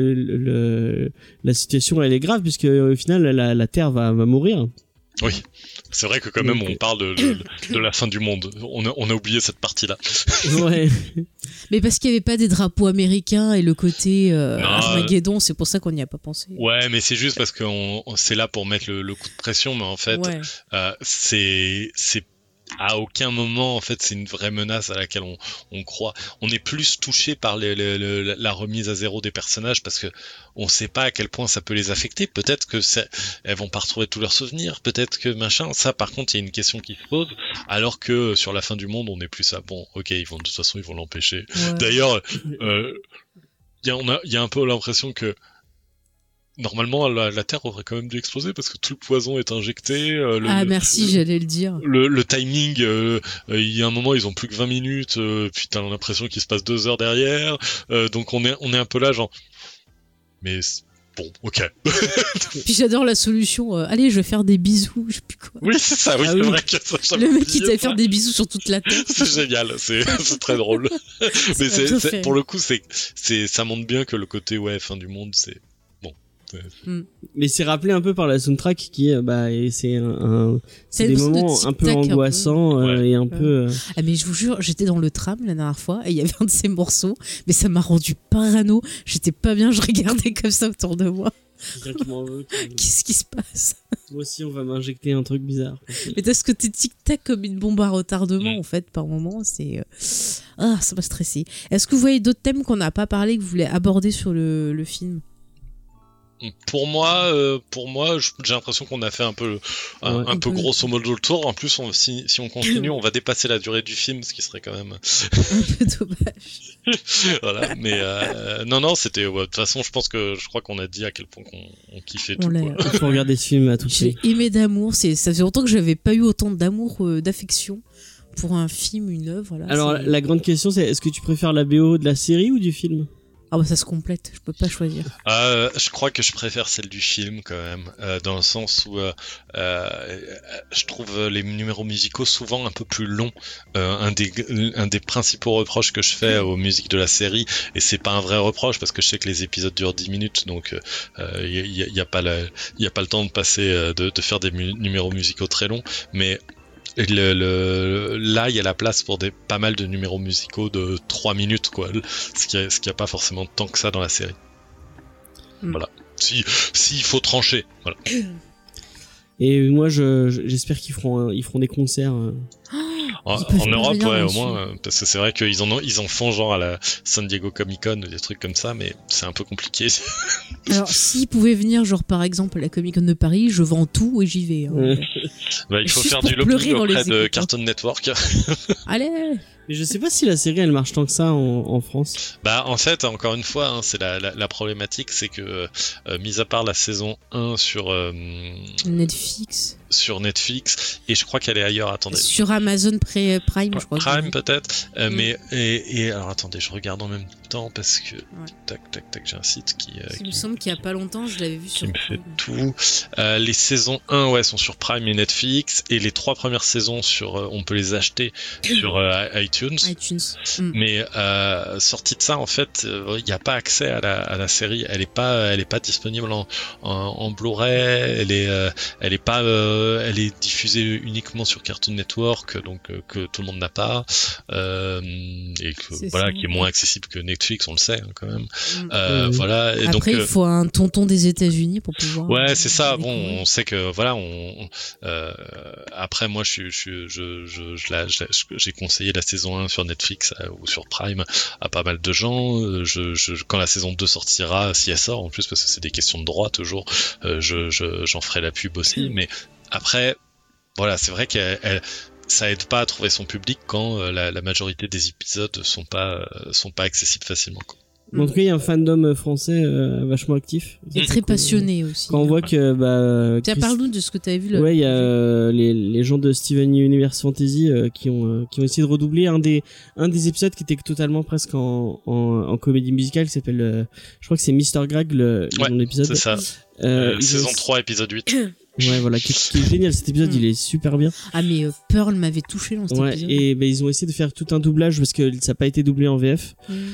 la situation elle est grave, puisque au final la Terre va mourir.
Oui, c'est vrai que quand même on parle de la fin du monde. On a oublié cette partie-là.
Ouais.
Mais parce qu'il n'y avait pas des drapeaux américains et le côté Armageddon, c'est pour ça qu'on n'y a pas pensé.
Ouais, mais c'est juste parce que c'est là pour mettre le coup de pression, mais en fait, c'est à aucun moment, en fait, c'est une vraie menace à laquelle on croit. On est plus touché par la remise à zéro des personnages, parce que on sait pas à quel point ça peut les affecter. Peut-être que elles vont pas retrouver tous leurs souvenirs, peut-être que machin. Ça, par contre, il y a une question qui se pose, alors que sur la fin du monde, on est plus à bon, ok, de toute façon, ils vont l'empêcher. Ouais. D'ailleurs, il y a un peu l'impression que normalement, la Terre aurait quand même dû exploser parce que tout le poison est injecté.
Merci, j'allais le dire.
Le timing, il y a un moment, ils ont plus que 20 minutes, puis t'as l'impression qu'il se passe 2 heures derrière. Donc on est un peu là, genre... Mais bon, ok.
Puis j'adore la solution. Allez, je vais faire des bisous, je sais plus quoi.
Oui, c'est ça, c'est vrai que ça...
Le mec qui t'allait faire des bisous sur toute la Terre.
C'est génial, c'est très drôle. Mais pour le coup, ça montre bien que le côté, fin du monde, c'est...
Mais c'est rappelé un peu par la soundtrack qui est c'est des moments un peu angoissants et un peu
Ah mais je vous jure, j'étais dans le tram la dernière fois et il y avait un de ces morceaux, mais ça m'a rendu parano, j'étais pas bien, je regardais comme ça autour de moi. Qu'est-ce qui se passe?
Moi aussi on va m'injecter un truc bizarre.
Mais t'as ce côté tic-tac comme une bombe à retardement en fait par moment, c'est ça m'a stressé. Est-ce que vous voyez d'autres thèmes qu'on n'a pas parlé que vous voulez aborder sur le film?
Pour moi, j'ai l'impression qu'on a fait un peu grosso modo le tour. En plus, si on continue, on va dépasser la durée du film, ce qui serait quand même
un peu dommage.
Voilà, mais non, c'était de toute façon, je crois qu'on a dit à quel point on kiffait tout.
Il faut regarder ce film à tout prix.
J'ai aimé d'amour. Ça fait longtemps que j'avais pas eu autant d'amour, d'affection pour un film, une œuvre. Voilà,
alors la grande question, c'est est-ce que tu préfères la BO de la série ou du film?
Ah bah ça se complète, je peux pas choisir.
Je crois que je préfère celle du film quand même, dans le sens où je trouve les numéros musicaux souvent un peu plus longs. Un des principaux reproches que je fais aux musiques de la série, et c'est pas un vrai reproche parce que je sais que les épisodes durent 10 minutes, donc il y a pas le temps de passer de faire des numéros musicaux très longs, mais là il y a la place pour pas mal de numéros musicaux de 3 minutes quoi, ce qui a pas forcément tant que ça dans la série. Voilà, s'il faut trancher, voilà.
Et moi j'espère qu'ils feront des concerts
en Europe, ouais, au moins, parce que c'est vrai qu'ils en font genre à la San Diego Comic Con, des trucs comme ça, mais c'est un peu compliqué.
Alors, s'ils pouvaient venir, genre par exemple à la Comic Con de Paris, je vends tout et j'y vais.
Il faut faire du lobbying auprès de Cartoon Network.
Allez.
Mais je sais pas si la série elle marche tant que ça en France.
Bah en fait, encore une fois, c'est la problématique, c'est que mis à part la saison 1 sur Netflix, et je crois qu'elle est ailleurs, attendez.
Sur Amazon Prime, je crois.
Prime peut-être, mais alors attendez, je regarde en même temps parce que tac, j'ai un site qui
il me semble qu'il y a pas longtemps, je l'avais vu sur
Prime. Qui me fait tout. Les saisons 1 sont sur Prime et Netflix, et les 3 premières saisons on peut les acheter sur iTunes. Mais sortie de ça, en fait, il n'y a pas accès à la série. Elle est pas disponible en Blu-ray. Elle est diffusée uniquement sur Cartoon Network, donc que tout le monde n'a pas, et que qui est moins accessible que Netflix, on le sait quand même. Voilà. Et
après, il faut un tonton des États-Unis pour pouvoir.
Ouais, c'est ça. Bon, on sait que voilà, après moi, j'ai conseillé la saison 1 sur Netflix ou sur Prime à pas mal de gens. Quand la saison 2 sortira, si elle sort en plus, parce que c'est des questions de droit toujours, j'en ferai la pub aussi. Mais après, voilà, c'est vrai que ça aide pas à trouver son public quand la majorité des épisodes sont pas accessibles facilement, quoi.
En tout cas, il y a un fandom français vachement actif.
Et très passionné aussi.
Quand on voit que
tiens, parle-nous de ce que tu avais vu là.
Ouais, il y a les gens de Steven Universe Fantasy qui ont essayé de redoubler un des épisodes qui était totalement presque en comédie musicale, qui s'appelle je crois que c'est Mr. Greg le nom de l'épisode.
C'est ça. Saison 3 épisode 8.
Ouais, voilà, qui est génial. Cet épisode, il est super bien.
Ah, mais Pearl m'avait touché dans cet épisode.
Et ils ont essayé de faire tout un doublage parce que ça n'a pas été doublé en VF.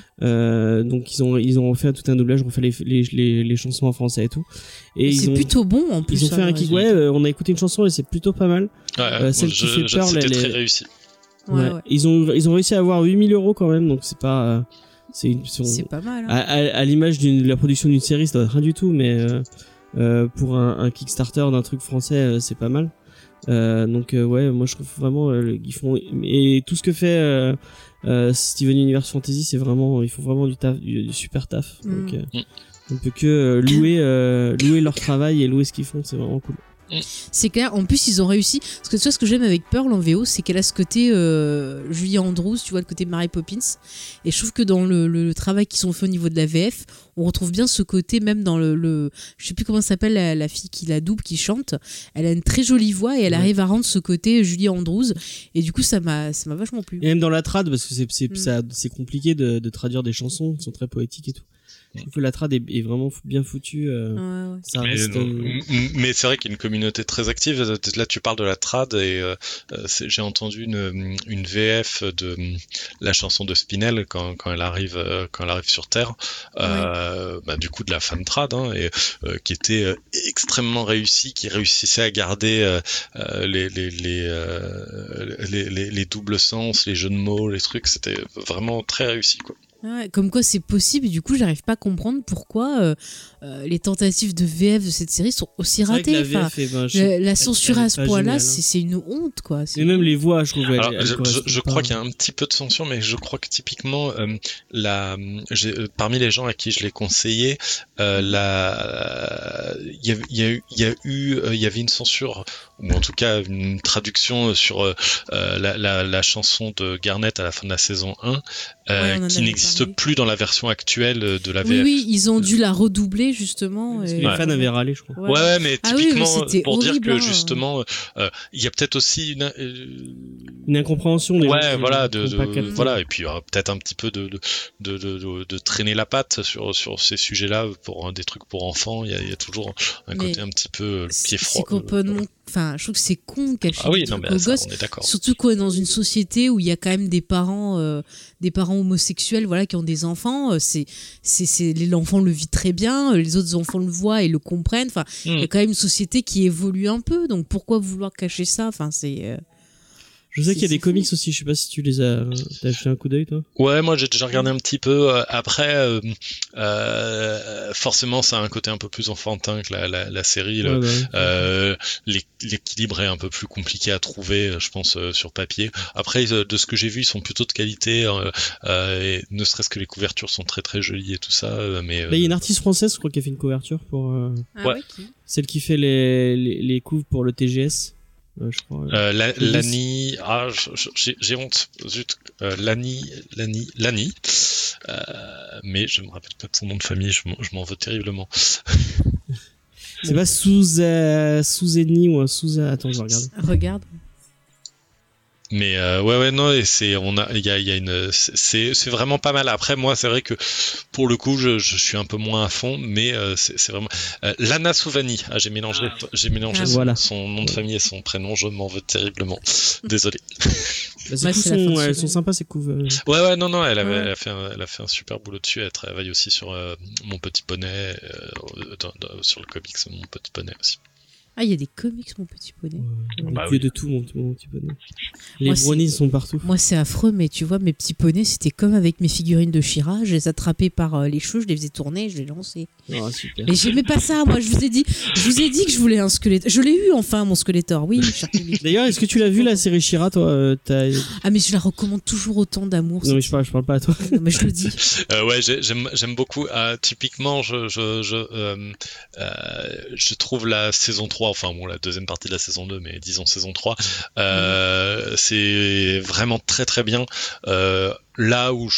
Donc ils ont refait tout un doublage, refait les chansons en français et tout. Et
c'est plutôt bon en plus.
Ils ont fait un kick. Ouais, on a écouté une chanson et c'est plutôt pas mal. Celle qui fait Pearl,
c'était très réussi.
Ouais. Ils ont réussi à avoir 8 000 € quand même, donc c'est pas. C'est
pas mal. Hein.
À l'image de la production d'une série, ça doit être rien du tout, mais pour un Kickstarter d'un truc français, c'est pas mal. Donc moi je trouve vraiment ils font, et tout ce que fait Steven Universe Fantasy, c'est vraiment, ils font vraiment du super taf. Donc on peut que louer leur travail et louer ce qu'ils font, c'est vraiment cool.
C'est clair, en plus ils ont réussi, parce que tu vois, ce que j'aime avec Pearl en VO, c'est qu'elle a ce côté Julie Andrews, tu vois, le côté Mary Poppins, et je trouve que dans le travail qu'ils ont fait au niveau de la VF, on retrouve bien ce côté, même dans je sais plus comment s'appelle la fille qui la double, qui chante, elle a une très jolie voix et elle arrive à rendre ce côté Julie Andrews, et du coup ça m'a vachement plu.
Et même dans la trad, parce que c'est compliqué de traduire des chansons qui sont très poétiques et tout. Je trouve que la trad est vraiment bien foutue. Ça reste,
mais c'est vrai qu'il y a une communauté très active. Là, tu parles de la trad et j'ai entendu une VF de la chanson de Spinell quand elle arrive sur Terre. Du coup, de la fan trad, et qui était extrêmement réussie, qui réussissait à garder les doubles sens, les jeux de mots, les trucs. C'était vraiment très réussi, quoi.
Ouais, comme quoi c'est possible, et du coup j'arrive pas à comprendre pourquoi les tentatives de VF de cette série sont aussi ratées. La censure à ce point-là, c'est une honte, quoi.
Et même les voix, je trouve.
Je crois qu'il y a un petit peu de censure, mais je crois que typiquement parmi les gens à qui je l'ai conseillé, il y avait une censure, ou en tout cas une traduction sur la chanson de Garnet à la fin de la saison 1, qui n'existe plus dans la version actuelle de la VF.
Oui, ils ont dû la redoubler justement.
Parce que les fans avaient râlé, je crois.
Ouais, mais typiquement,
mais
pour
horrible,
dire que justement, il y a peut-être aussi
une incompréhension.
Ouais, voilà, voilà, et puis peut-être un petit peu de traîner la patte sur ces sujets-là pour des trucs pour enfants. Il y a toujours un côté un petit peu pied froid.
C'est complètement. Enfin, je trouve que c'est con qu'elle fait
des
trucs aux gosses.
On est d'accord.
Surtout qu'on est dans une société où il y a quand même des parents homosexuels, voilà, qui ont des enfants. L'enfant le vit très bien, les autres enfants le voient et le comprennent. Enfin, il y a quand même une société qui évolue un peu. Donc pourquoi vouloir cacher ça ? Enfin, c'est.
Je sais qu'il y a des comics aussi, je sais pas si tu les as... T'as jeté un coup d'œil, toi ? Ouais,
moi j'ai déjà regardé un petit peu. Après, forcément, ça a un côté un peu plus enfantin que la série. L'équilibre est un peu plus compliqué à trouver, je pense, sur papier. Après, de ce que j'ai vu, ils sont plutôt de qualité. Et ne serait-ce que les couvertures sont très très jolies et tout ça. Mais
il y a une artiste française, je crois, qui a fait une couverture pour... celle qui fait les couves pour le TGS. Je crois.
Lani, j'ai honte, zut. Lani, mais je me rappelle pas de son nom de famille, je m'en veux terriblement.
C'est pas Souzeni ou un Souza. Attends, je regarde.
Regarde.
Mais non, et c'est vraiment pas mal. Après, moi, c'est vrai que pour le coup, je suis un peu moins à fond, mais c'est vraiment Lana Souvani. J'ai mélangé son nom de famille et son prénom. Je m'en veux terriblement. Désolé.
Elles sont sympas ces couves.
Non, elle a fait un super boulot dessus. Elle travaille aussi sur Mon Petit Poney, sur le comics Mon Petit Poney aussi.
Ah, il y a des comics, Mon Petit Poney.
Il y a de tout, mon petit poney. Les brownies sont partout.
Moi, c'est affreux, mais tu vois, mes petits poneys, c'était comme avec mes figurines de She-Ra. Je les attrapais par les cheveux, je les faisais tourner, je les lançais.
Oh, super.
Mais j'aimais pas ça. Moi, je vous ai dit que je voulais un Skeletor. Je l'ai eu enfin, mon Skeletor. Oui, cher public.
D'ailleurs, est-ce que tu l'as vu la série She-Ra, toi
Ah, mais je la recommande toujours autant d'amour.
Non, mais je parle pas à toi.
Non, mais je le dis.
J'aime beaucoup. Typiquement, je trouve la saison 3, enfin bon, la deuxième partie de la saison 2, mais disons saison 3, c'est vraiment très très bien. Là où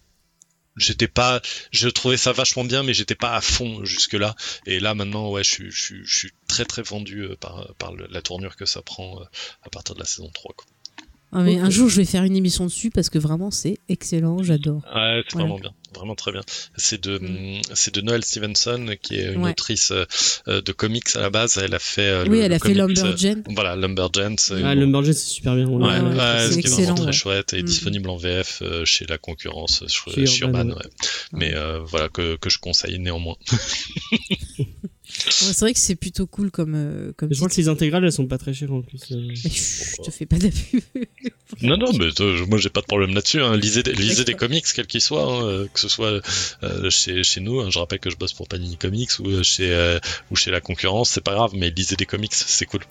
je trouvais ça vachement bien, mais j'étais pas à fond jusque là. Et là maintenant, je suis très très vendu par la tournure que ça prend à partir de la saison 3, quoi.
Ah, mais un jour je vais faire une émission dessus parce que vraiment c'est excellent, j'adore.
Ouais, c'est vraiment bien, vraiment très bien. C'est de Noelle Stevenson qui est une autrice de comics à la base. Elle a fait
elle a fait Lumberjane.
Voilà, Lumberjane.
Lumberjane c'est super bien.
C'est
excellent, vraiment très chouette et disponible en VF chez la concurrence, chez Urban. Mais voilà que je conseille néanmoins.
C'est vrai que c'est plutôt cool comme
je crois que les intégrales elles sont pas très chères en plus.
Mais je te fais pas d'abus.
Non, mais moi j'ai pas de problème là-dessus. Lisez des comics quels qu'ils soient, que ce soit chez nous. Je rappelle que je bosse pour Panini Comics ou chez la concurrence, c'est pas grave, mais lisez des comics, c'est cool.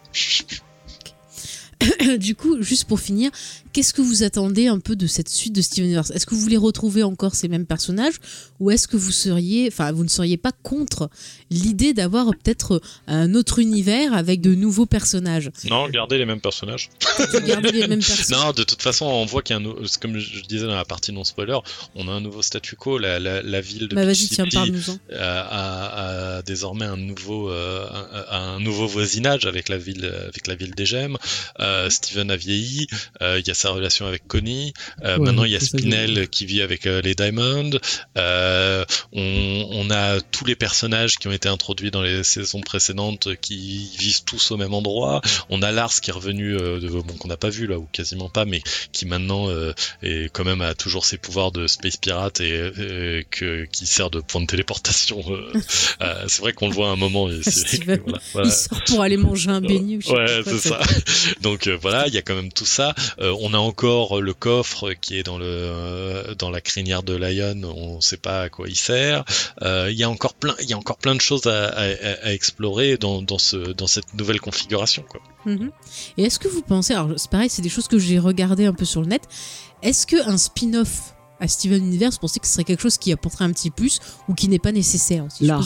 Du coup, juste pour finir, qu'est-ce que vous attendez un peu de cette suite de Steven Universe ? Est-ce que vous voulez retrouver encore ces mêmes personnages ou est-ce que vous ne seriez pas contre l'idée d'avoir peut-être un autre univers avec de nouveaux personnages ?
Non, gardez les mêmes personnages. Non, de toute façon, on voit qu'il y a comme je disais dans la partie non spoiler, on a un nouveau statu quo. La ville de Mississippi a désormais un nouveau voisinage avec la ville des Gemmes. Steven a vieilli, il y a sa relation avec Connie, maintenant il y a Spinel qui vit avec les Diamond, on a tous les personnages qui ont été introduits dans les saisons précédentes qui vivent tous au même endroit, on a Lars qui est revenu, qu'on n'a pas vu là, ou quasiment pas, mais qui maintenant est quand même a toujours ses pouvoirs de Space Pirate et qui sert de point de téléportation. C'est vrai qu'on le voit à un moment.
Il sort pour aller manger un beignet.
C'est ça. Donc voilà, il y a quand même tout ça. On a encore le coffre qui est dans la crinière de Lion. On ne sait pas à quoi il sert. Il y a encore plein de choses à explorer dans cette nouvelle configuration, quoi.
Et est-ce que vous pensez, alors c'est pareil, c'est des choses que j'ai regardées un peu sur le net. Est-ce qu'un spin-off à Steven Universe, vous pensez que ce serait quelque chose qui apporterait un petit plus ou qui n'est pas nécessaire ?
Lars.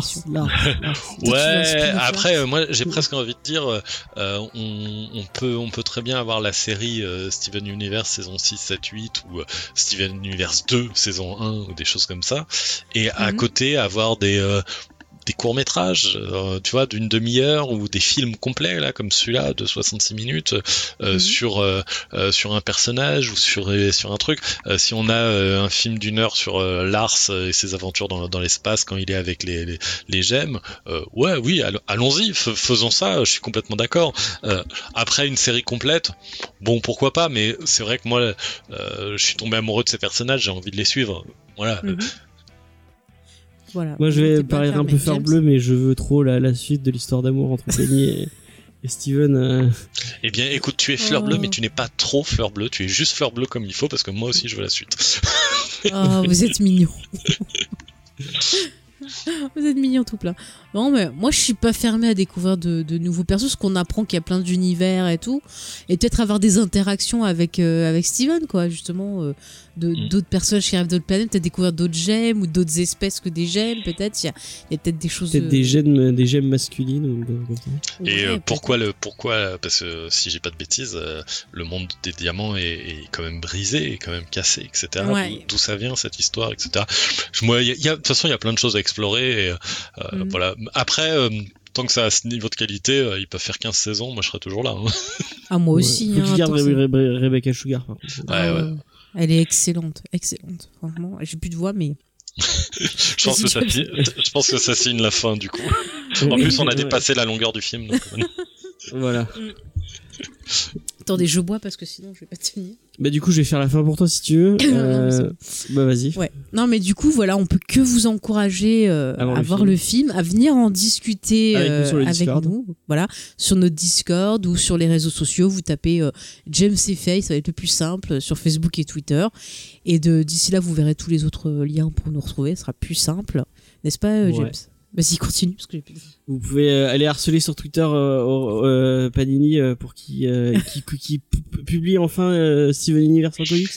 Ouais, après, moi j'ai presque envie de dire, on peut très bien avoir la série Steven Universe saison 6, 7, 8 ou Steven Universe 2 saison 1 ou des choses comme ça, et à côté avoir courts-métrages, tu vois, d'une demi-heure, ou des films complets, là, comme celui-là, de 66 minutes, sur un personnage ou sur un truc. Si on a un film d'une heure sur Lars et ses aventures dans l'espace quand il est avec les gemmes, allons-y, faisons ça, je suis complètement d'accord. Après, une série complète, bon, pourquoi pas, mais c'est vrai que moi, je suis tombé amoureux de ces personnages, j'ai envie de les suivre. Voilà.
Voilà.
Moi, je vais paraître un peu fleur bleue, mais je veux trop la suite de l'histoire d'amour entre Penny et Steven.
Eh bien, écoute, tu es fleur bleue, mais tu n'es pas trop fleur bleue, tu es juste fleur bleue comme il faut, parce que moi aussi, je veux la suite.
Oh, vous êtes mignons. Vous êtes mignons tout plein. Non, mais moi je suis pas fermée à découvrir de nouveaux persos, parce qu'on apprend qu'il y a plein d'univers et tout, et peut-être avoir des interactions avec Steven, quoi, justement, d'autres personnages qui arrivent d'autres planètes, peut-être découvrir d'autres gemmes ou d'autres espèces que des gemmes, peut-être. Il y a peut-être des choses.
Peut-être des gemmes masculines ou comme ça.
Et pourquoi parce que si j'ai pas de bêtises, le monde des diamants est quand même brisé, est quand même cassé, etc.
Ouais.
D'où ça vient cette histoire, etc. Moi, de toute façon, il y a plein de choses à explorer. Et, voilà. Après, tant que ça a ce niveau de qualité, ils peuvent faire 15 saisons, moi je serai toujours là. Hein.
Ah, moi aussi.
Faut qu'ils gardent Rebecca Sugar, par contre.
Ouais.
Elle est excellente, franchement. J'ai plus de voix, mais...
je pense que ça signe la fin, du coup. En plus, on a dépassé la longueur du film. Donc...
Voilà.
Attendez, je bois parce que sinon je vais pas tenir.
Bah du coup je vais faire la fin pour toi si tu veux. Bah vas-y.
Ouais. Non mais du coup voilà, on peut que vous encourager à voir le film, à venir en discuter avec nous. Voilà, sur notre Discord ou sur les réseaux sociaux. Vous tapez James et Faye, ça va être le plus simple, sur Facebook et Twitter. Et d'ici là vous verrez tous les autres liens pour nous retrouver. Ce sera plus simple, n'est-ce pas James? Vas-y, continue, parce que j'ai plus de...
Vous pouvez aller harceler sur Twitter Panini pour qu'il publie enfin Steven Universe en comics.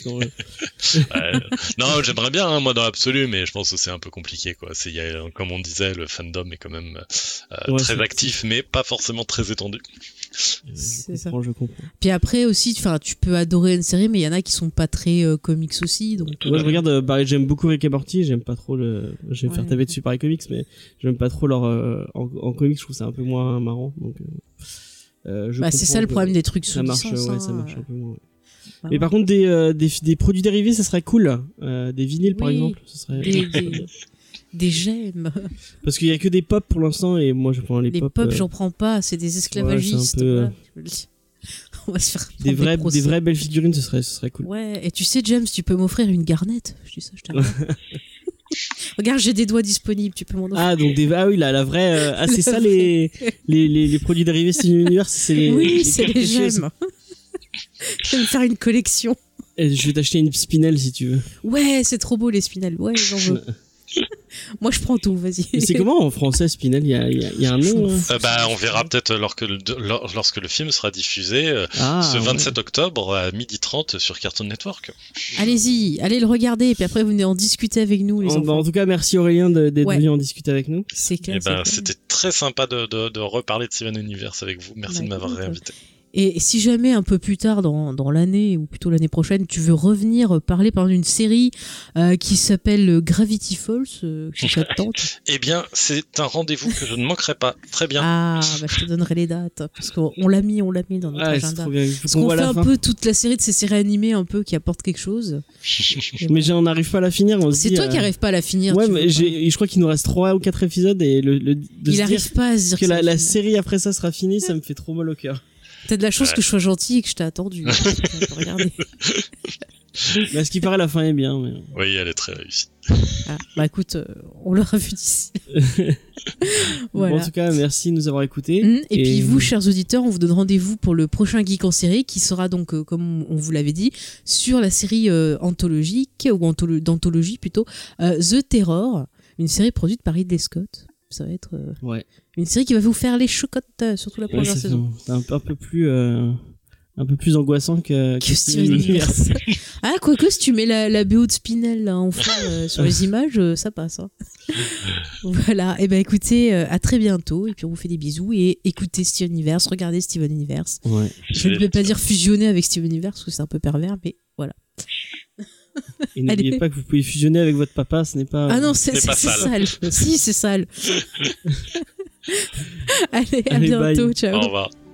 Non, j'aimerais bien, hein, moi, dans l'absolu, mais je pense que c'est un peu compliqué, quoi. Comme on disait, le fandom est quand même très actif, mais pas forcément très étendu.
C'est ça.
Je comprends.
Puis après aussi, tu peux adorer une série, mais il y en a qui sont pas très comics aussi. Donc,
moi, je regarde, j'aime beaucoup Rick et Morty, j'aime pas trop je vais me faire taper dessus par les comics, mais j'aime pas trop leur en comics, je trouve ça un peu moins marrant. Donc,
c'est ça le problème des trucs sous licence.
Ça marche un peu moins. Ouais. Mais par contre, des produits dérivés, ça serait cool. Des vinyles, par exemple, ça serait.
Des gemmes.
Parce qu'il y a que des pop pour l'instant, et moi je prends les pop.
Les pop, j'en prends pas, c'est des esclavagistes.
Ouais,
on va se faire
des vraies belles figurines, ce serait cool.
Ouais, et tu sais, James, tu peux m'offrir une garnette. Je dis ça, je t'aime. Regarde, j'ai des doigts disponibles, tu peux m'en offrir.
Ah, donc oui, la vraie. C'est ça les produits dérivés Steven Universe, c'est les.
Oui, c'est les gemmes. Je vais me faire une collection.
Et je vais t'acheter une spinelle si tu veux.
Ouais, c'est trop beau les spinelles. Ouais, j'en veux. Moi je prends tout, vas-y.
Mais c'est comment en français Spinel? Il y a un nom.
On verra peut-être lorsque le film sera diffusé ce 27 octobre à 12h30 sur Cartoon Network.
Allez-y, allez le regarder et puis après vous venez en discuter avec nous les enfants.
En tout cas, merci Aurélien d'être venu en discuter avec nous.
C'est clair.
C'était très sympa de reparler de Steven Universe avec vous. Merci de m'avoir réinvité.
Et si jamais un peu plus tard dans l'année, ou plutôt l'année prochaine, tu veux revenir parler par une série qui s'appelle Gravity Falls, si ça te tente.
Eh bien, c'est un rendez-vous que je ne manquerai pas. Très bien.
Ah, je te donnerai les dates, parce qu'on l'a mis dans notre agenda.
Trop bien.
Parce qu'on fait un peu toute la série de ces séries animées un peu qui apportent quelque chose.
Mais on n'arrive pas à la finir.
C'est toi qui n'arrives pas à la finir.
Ouais, mais je crois qu'il nous reste 3 ou 4 épisodes et
il n'arrive pas à se dire
que la série après ça sera finie, ça me fait trop mal au cœur.
T'as de la chance que je sois gentil et que je t'ai attendu. Regardez.
À ce qui paraît, la fin est bien. Mais...
Oui, elle est très réussie.
Bah écoute, on l'aura vu d'ici. Voilà.
Bon, en tout cas, merci de nous avoir écoutés.
Et puis vous, chers auditeurs, on vous donne rendez-vous pour le prochain Geek en série qui sera donc, comme on vous l'avait dit, sur la série anthologique, ou d'anthologie plutôt, The Terror, une série produite par Ridley Scott. Ça va être une série qui va vous faire les chocottes, surtout la première saison.
C'est un peu plus angoissant que
Steven Universe. Ah, quoique, si tu mets la BO de Spinel là, en fond sur les images, ça passe. Hein. Voilà, et écoutez, à très bientôt, et puis on vous fait des bisous, et écoutez Steven Universe, regardez Steven Universe.
Ouais.
Je ne vais pas dire fusionner avec Steven Universe, parce que c'est un peu pervers, mais voilà.
Et n'oubliez pas que vous pouvez fusionner avec votre papa, ce n'est pas...
Ah non, c'est sale. Si, c'est sale. Allez, à bientôt,
bye.
ciao.
Au revoir.